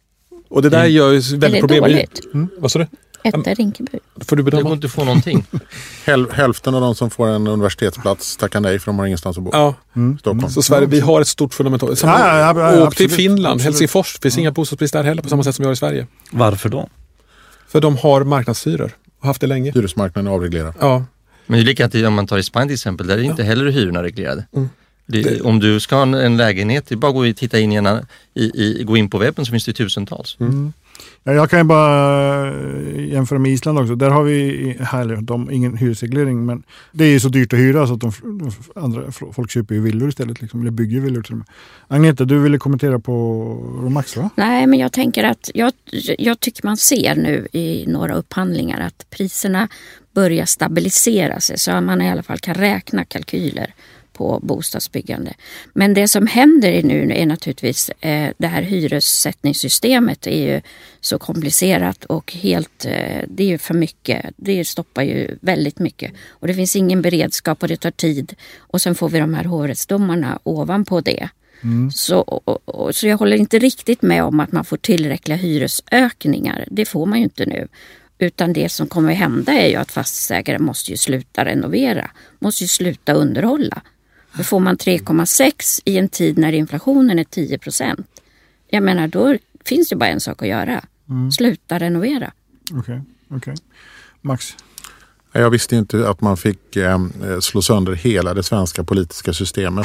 Speaker 7: Och det där mm. gör ju väldigt problem.
Speaker 5: Är det dåligt?
Speaker 7: Mm. Vad sa du?
Speaker 5: Etta i Rinkeby.
Speaker 7: Får du bedöma?
Speaker 6: Det går inte att få någonting.
Speaker 4: Häl- hälften av de som får en universitetsplats tackar nej för de har ingenstans att bo.
Speaker 7: Ja.
Speaker 4: Mm. Stockholm.
Speaker 7: Så Sverige, vi har ett stort fundamentalt...
Speaker 2: Ja, ja, ja, ja,
Speaker 7: åk till
Speaker 2: absolut.
Speaker 7: Finland,
Speaker 2: Absolut.
Speaker 7: Helsingfors. Det finns
Speaker 2: Ja.
Speaker 7: inga bostadsbrist där heller på samma sätt som vi har i Sverige.
Speaker 3: Varför då?
Speaker 7: För de har marknadshyror och haft det länge.
Speaker 4: Hyresmarknaden är avreglerad.
Speaker 7: Ja.
Speaker 6: Men det är likadant om man tar i Spanien till exempel, där är inte heller hyrorna reglerade.
Speaker 7: Mm.
Speaker 6: Det,
Speaker 7: Det-
Speaker 6: om du ska ha en, en lägenhet, det är bara att gå och titta in i, en, i, i, gå in på webben så finns det tusentals.
Speaker 2: Mm. Ja, jag kan ju bara jämföra med Island också. Där har vi här, de, ingen hyresreglering, men det är ju så dyrt att hyra så att de, de andra, folk köper ju villor istället. Liksom, eller bygger villor till och med. Agneta, du ville kommentera på Romax, va?
Speaker 5: Nej, men jag tänker att jag, jag tycker man ser nu i några upphandlingar att priserna börjar stabilisera sig så att man i alla fall kan räkna kalkyler på bostadsbyggande. Men det som händer nu är naturligtvis eh, det här hyressättningssystemet är ju så komplicerat och helt, eh, det är ju för mycket. Det stoppar ju väldigt mycket. Och det finns ingen beredskap och det tar tid. Och sen får vi de här hovrättsdomarna ovanpå det. Mm. Så, och, och, så jag håller inte riktigt med om att man får tillräckliga hyresökningar. Det får man ju inte nu. Utan det som kommer att hända är ju att fastighetsägare måste ju sluta renovera. Måste ju sluta underhålla. För får man tre komma sex i en tid när inflationen är tio procent. Jag menar, då finns det bara en sak att göra. Mm. Sluta renovera.
Speaker 2: Okej, okay, okej. Okay. Max?
Speaker 4: Jag visste inte att man fick eh, slå sönder hela det svenska politiska systemet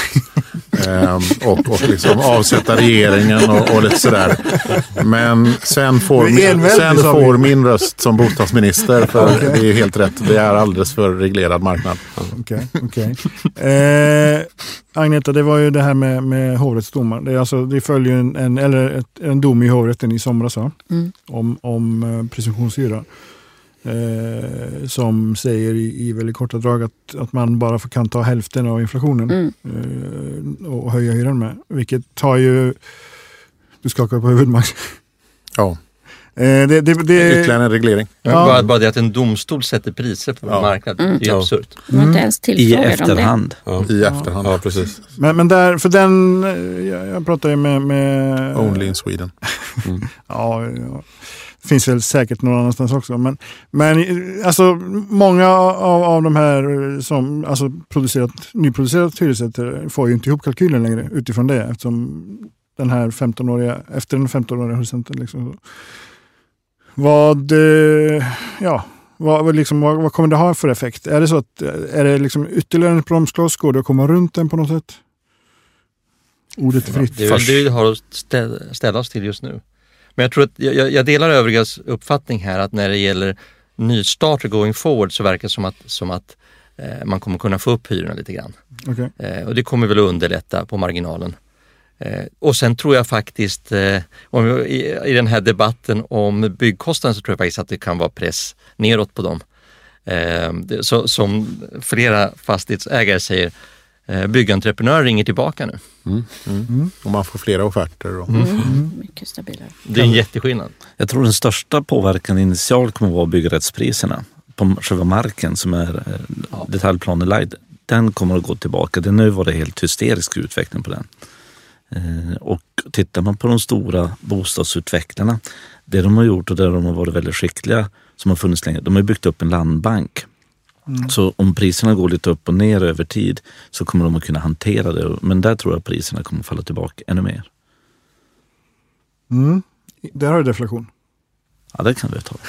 Speaker 4: eh, och, och liksom avsätta regeringen och, och lite sådär. Men sen får, min, sen får min röst som bostadsminister, för okay. Det är helt rätt. Det är alldeles för reglerad marknad.
Speaker 2: Okej, okay, okej. Okay. Eh, Agneta, det var ju det här med, med hovrättsdomar. Det, är alltså, det följer en, en, eller ett, en dom i hovrätten i somras mm. om, om eh, presumtionshyra. Eh, som säger i, i väldigt korta drag att, att man bara kan ta hälften av inflationen mm. eh, och höja hyran med. Vilket tar ju... Du skakar på huvudet, Max.
Speaker 4: Ja.
Speaker 2: Eh, det, det, det,
Speaker 4: Ytterligare en reglering.
Speaker 6: Ja. Bara, bara det att en domstol sätter priser på ja. marknaden. Mm. Det är absurt.
Speaker 5: Mm. Mm.
Speaker 3: I efterhand.
Speaker 4: Ja. I efterhand.
Speaker 7: Ja, precis.
Speaker 2: Men, men där, för den... Jag, jag pratade med... med
Speaker 4: Only in Sweden.
Speaker 2: Mm. ja, ja. Finns väl säkert någon annanstans också. Men, men alltså, många av, av de här som alltså, producerat, nyproducerat hyresrätter får ju inte ihop kalkylen längre utifrån det. Eftersom den här femtonåriga, efter den femtonåriga horisonten liksom. Vad, ja, vad, liksom, vad, vad kommer det ha för effekt? Är det så att, är det liksom ytterligare en bromskloss? Går det att komma runt den på något sätt? Ordet är fritt.
Speaker 6: Det är väl det vi har att ställa, ställa oss till just nu. Men jag tror att jag, jag delar övrigas uppfattning här att när det gäller nystarter going forward så verkar det som att, som att eh, man kommer kunna få upp hyrorna lite grann.
Speaker 2: Okay.
Speaker 6: Eh, och det kommer väl att underlätta på marginalen. Eh, och sen tror jag faktiskt, eh, om vi, i, i den här debatten om byggkostnaden så tror jag faktiskt att det kan vara press neråt på dem. Eh, det, så, som flera fastighetsägare säger, eh, byggentreprenörer ringer tillbaka nu. Mm.
Speaker 4: Mm. Mm. Och man får flera offerter. Och...
Speaker 5: Mm. Mm. Mycket stabilare.
Speaker 6: Det är en jätteskillnad.
Speaker 3: Jag tror den största påverkan initialt kommer att vara byggrättspriserna på själva marken som är ja. detaljplanelagd. Den kommer att gå tillbaka. Det nu var det helt hysterisk utveckling på den. Eh, och tittar man på de stora bostadsutvecklarna, det de har gjort och där de har varit väldigt skickliga som har funnits länge, de har byggt upp en landbank. Mm. Så om priserna går lite upp och ner över tid så kommer de att kunna hantera det. Men där tror jag att priserna kommer att falla tillbaka ännu mer.
Speaker 2: Mm. Där har du deflation.
Speaker 3: Ja, det kan du ta.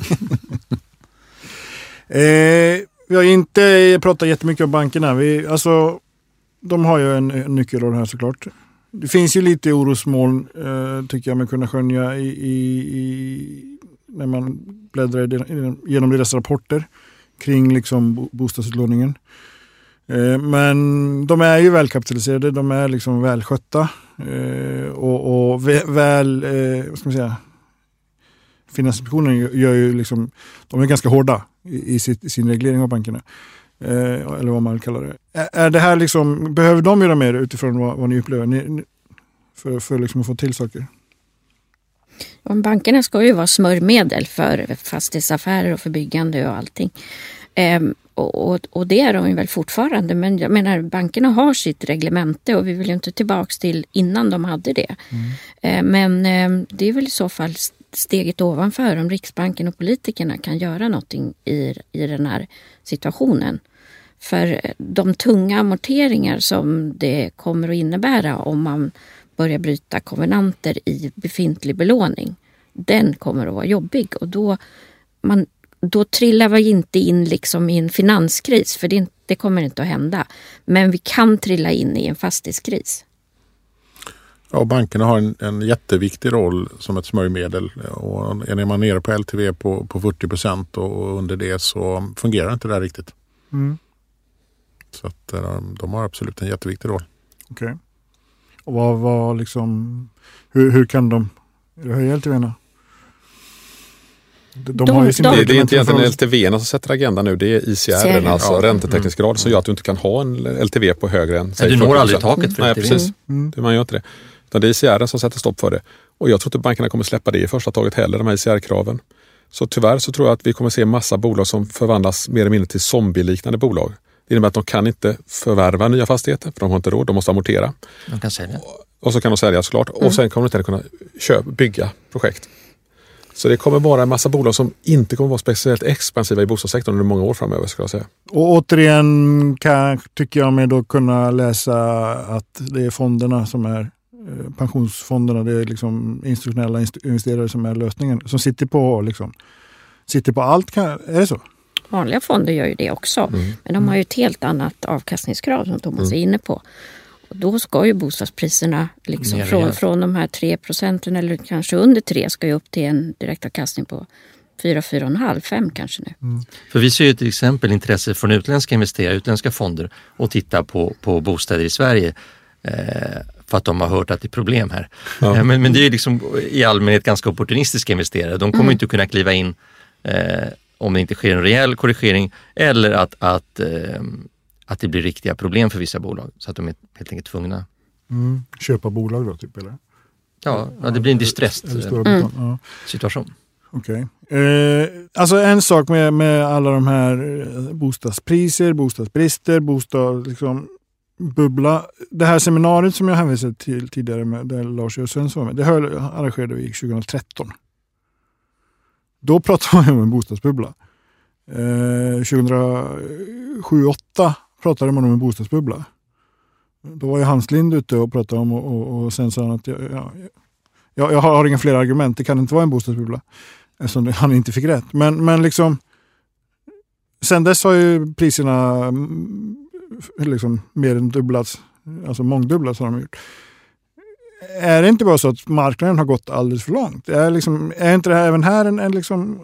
Speaker 2: eh, vi har inte pratat jättemycket om bankerna. Vi, alltså, de har ju en, en nyckelroll här såklart. Det finns ju lite orosmoln eh, tycker jag man kunna skönja i, i, i, när man bläddrar genom deras rapporter. kring liksom bostadsutlåningen. Eh, men de är ju välkapitaliserade, de är liksom välskötta eh, och, och väl, eh, vad ska man säga, Finansinspektionen gör ju liksom, de är ganska hårda i, i, sitt, i sin reglering av bankerna. Eh, eller vad man kallar det. Är, är det här liksom, behöver de göra mer utifrån vad, vad ni upplever ni, för, för liksom att få till saker?
Speaker 5: Och bankerna ska ju vara smörjmedel för fastighetsaffärer och för byggande och allting. Ehm, och, och, och det är de ju väl fortfarande. Men jag menar, bankerna har sitt reglemente och vi vill ju inte tillbaka till innan de hade det. Mm. Ehm, men ehm, det är väl i så fall steget ovanför om Riksbanken och politikerna kan göra någonting i, i den här situationen. För de tunga amorteringar som det kommer att innebära om man börjar bryta konvenanter i befintlig belåning, den kommer att vara jobbig. Och då, man, då trillar vi inte in liksom i en finanskris, för det, det kommer inte att hända. Men vi kan trilla in i en fastighetskris.
Speaker 4: Ja, bankerna har en, en jätteviktig roll som ett smörjmedel. Och är man nere på L T V på, på fyrtio procent och under det så fungerar inte det här riktigt. Mm. Så att de har absolut en jätteviktig roll.
Speaker 2: Okej. Okay. Och vad var liksom, hur, hur kan de höja L T V:na? De, de har ju sin
Speaker 7: de, det, det är inte egentligen L T V:na som sätter agendan nu, det är I C R, alltså ja. räntetäckningsgrad, mm. som gör att du inte kan ha en L T V på högre än...
Speaker 6: Nej, du når aldrig taket för
Speaker 7: Nej, precis. Mm. Det, man gör inte det. Utan det är I C R som sätter stopp för det. Och jag tror inte bankerna kommer släppa det i första taget heller, de här I C R-kraven. Så tyvärr så tror jag att vi kommer se massa bolag som förvandlas mer eller mindre till zombie-liknande bolag. Det innebär att de kan inte förvärva nya fastigheter, för de har inte råd, de måste amortera.
Speaker 6: De kan sälja.
Speaker 7: Och, och så kan de sälja såklart. Mm. Och sen kommer de inte kunna köpa, bygga projekt. Så det kommer vara en massa bolag som inte kommer vara speciellt expansiva i bostadssektorn under många år framöver, skulle jag säga.
Speaker 2: Och återigen kan, tycker jag mig då kunna läsa att det är fonderna som är pensionsfonderna, det är liksom institutionella investerare som är lösningen, som sitter på liksom, sitter på allt, kan, är det så?
Speaker 5: Vanliga fonder gör ju det också, mm. men de har ju ett helt annat avkastningskrav som Thomas mm. är inne på. Och då ska ju bostadspriserna liksom mm. från, från de här tre procenten eller kanske under tre ska ju upp till en direktavkastning på fyra, fyra komma fem, fem kanske nu. Mm.
Speaker 6: För vi ser ju till exempel intresse från utländska investerare, utländska fonder och titta på, på bostäder i Sverige eh, för att de har hört att det är problem här. Ja. Men, men det är ju liksom i allmänhet ganska opportunistiska investerare. De kommer mm. inte kunna kliva in eh, om det inte sker en rejäl korrigering eller att, att, eh, att det blir riktiga problem för vissa bolag så att de är helt enkelt tvungna.
Speaker 2: Mm. Köpa bolag då typ, eller?
Speaker 6: Ja, ja det blir en distressed mm. ja. situation.
Speaker 2: Okej. Okay. Eh, alltså en sak med, med alla de här bostadspriser, bostadsbrister, bostad, liksom, bubbla. Det här seminariet som jag hänvisade till tidigare med, där Lars och Svensson var med, det höll, arrangerade vi tjugohundratretton. Då pratade man om en bostadsbubbla. Eh, tjugohundrasju åtta pratade man om en bostadsbubbla. Då var ju Hans Lind ute och pratade om och, och, och sen sa han att jag, ja, jag, jag har inga fler argument. Det kan inte vara en bostadsbubbla. Eftersom han inte fick rätt. Men, men liksom sen dess har ju priserna liksom mer än dubblats. Alltså mångdubblats har de gjort. Är det inte bara så att marknaden har gått alldeles för långt? Är, liksom, är inte det här även här en, en liksom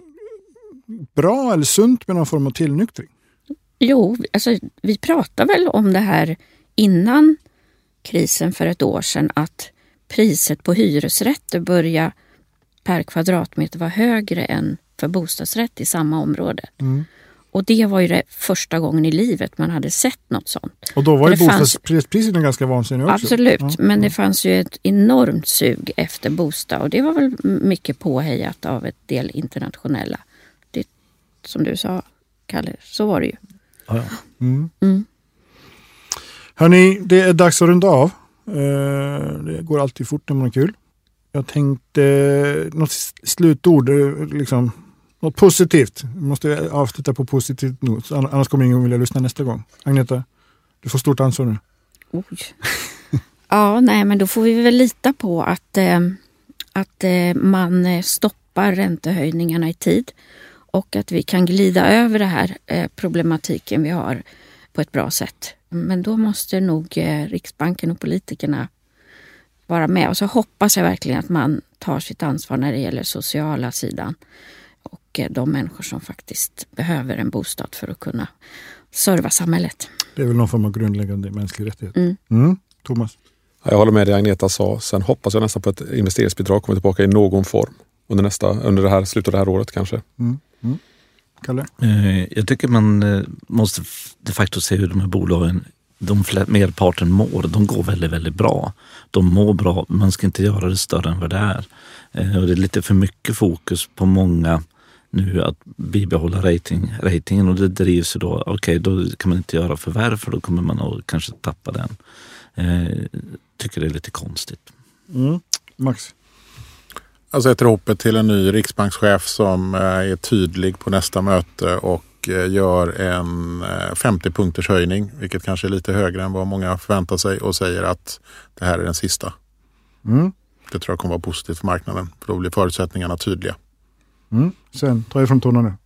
Speaker 2: bra eller sunt med någon form av tillnyktring?
Speaker 5: Jo, alltså vi pratar väl om det här innan krisen för ett år sedan, att priset på hyresrätter börjar per kvadratmeter vara högre än för bostadsrätt i samma område. Mm. Och det var ju det första gången i livet man hade sett något sånt.
Speaker 2: Och då var ju bostadspriserna fanns... ganska vansinniga också.
Speaker 5: Absolut, ja. Men det fanns ju ett enormt sug efter bostad. Och det var väl mycket påhejat av ett del internationella. Det, som du sa, Kalle, så var det ju.
Speaker 2: Ja, ja. Mm. Mm. Hörrni, det är dags att runda av. Det går alltid fort när man har kul. Jag tänkte något slutord, liksom... Något positivt. Vi måste avsluta på positivt nu. Annars kommer ingen vilja lyssna nästa gång. Agneta, du får stort ansvar nu.
Speaker 5: Oj. Ja, nej, men då får vi väl lita på att, eh, att eh, man stoppar räntehöjningarna i tid. Och att vi kan glida över det här eh, problematiken vi har på ett bra sätt. Men då måste nog eh, Riksbanken och politikerna vara med. Och så hoppas jag verkligen att man tar sitt ansvar när det gäller sociala sidan. Och och de människor som faktiskt behöver en bostad för att kunna serva samhället.
Speaker 2: Det är väl någon form av grundläggande mänsklig rättighet.
Speaker 5: Mm.
Speaker 2: Mm. Thomas?
Speaker 7: Jag håller med det Agneta sa. Sen hoppas jag nästan på att investeringsbidrag kommer tillbaka i någon form under, nästa, under det här, slutet av det här året kanske.
Speaker 2: Mm. Mm. Kalle?
Speaker 3: Jag tycker man måste de facto se hur de här bolagen, de merparten mår. De går väldigt, väldigt bra. De mår bra. Man ska inte göra det större än vad det är. Och det är lite för mycket fokus på många nu att bibehålla rating, ratingen och det drivs ju då, okej okay, då kan man inte göra förvärv för då kommer man att kanske tappa den. Eh, tycker det är lite konstigt.
Speaker 2: Mm. Max?
Speaker 4: Alltså jag tror hoppet till en ny riksbankschef som är tydlig på nästa möte och gör en femtio punkters höjning, vilket kanske är lite högre än vad många förväntar sig och säger att det här är den sista.
Speaker 2: Mm.
Speaker 4: Det tror jag kommer vara positivt för marknaden, för då blir förutsättningarna tydliga.
Speaker 2: Mm. Sen, ta ifrån tonen nu.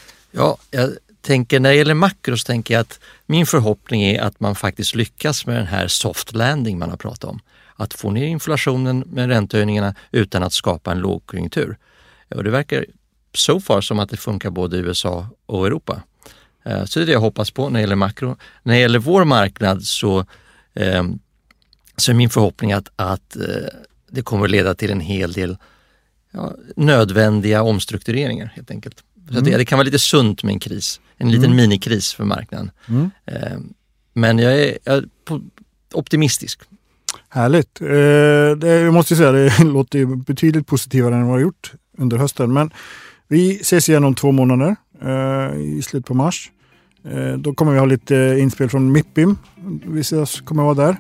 Speaker 6: Ja, jag tänker när det gäller makro så tänker jag att min förhoppning är att man faktiskt lyckas med den här soft landing man har pratat om. Att få ner inflationen med räntehöjningarna utan att skapa en lågkonjunktur. Och det verkar så far som att det funkar både i U S A och Europa. Så det är det jag hoppas på när det gäller makro. När det gäller vår marknad så, eh, så är min förhoppning att, att eh, det kommer att leda till en hel del ja, nödvändiga omstruktureringar helt enkelt. Så mm. att det, det kan vara lite sunt med en kris. En liten mm. minikris för marknaden. Mm. Eh, men jag är, jag är optimistisk.
Speaker 2: Härligt. Eh, det, jag måste säga det låter betydligt positivare än vad det har gjort under hösten. Men vi ses igen om två månader eh, i slutet på mars. Eh, då kommer vi ha lite inspel från Mippim. Vi ses, kommer vara där.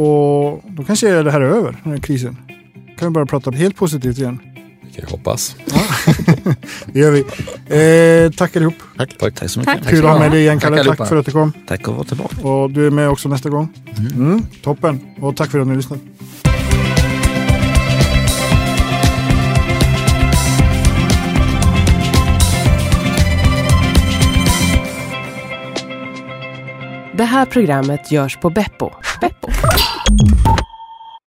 Speaker 2: Och då kanske det här är över, den här krisen. Kan vi bara prata helt positivt igen.
Speaker 7: Det kan jag hoppas.
Speaker 2: Ja. Det gör vi. Eh, tack allihop.
Speaker 3: Tack. Tack. Tack så mycket.
Speaker 2: Kul att ha med dig igen, Kalle. Tack, tack för att du kom.
Speaker 3: Tack och vara tillbaka.
Speaker 2: Och du är med också nästa gång. Mm. Mm, toppen. Och tack för att ni lyssnade.
Speaker 8: Det här programmet görs på Beppo. Beppo.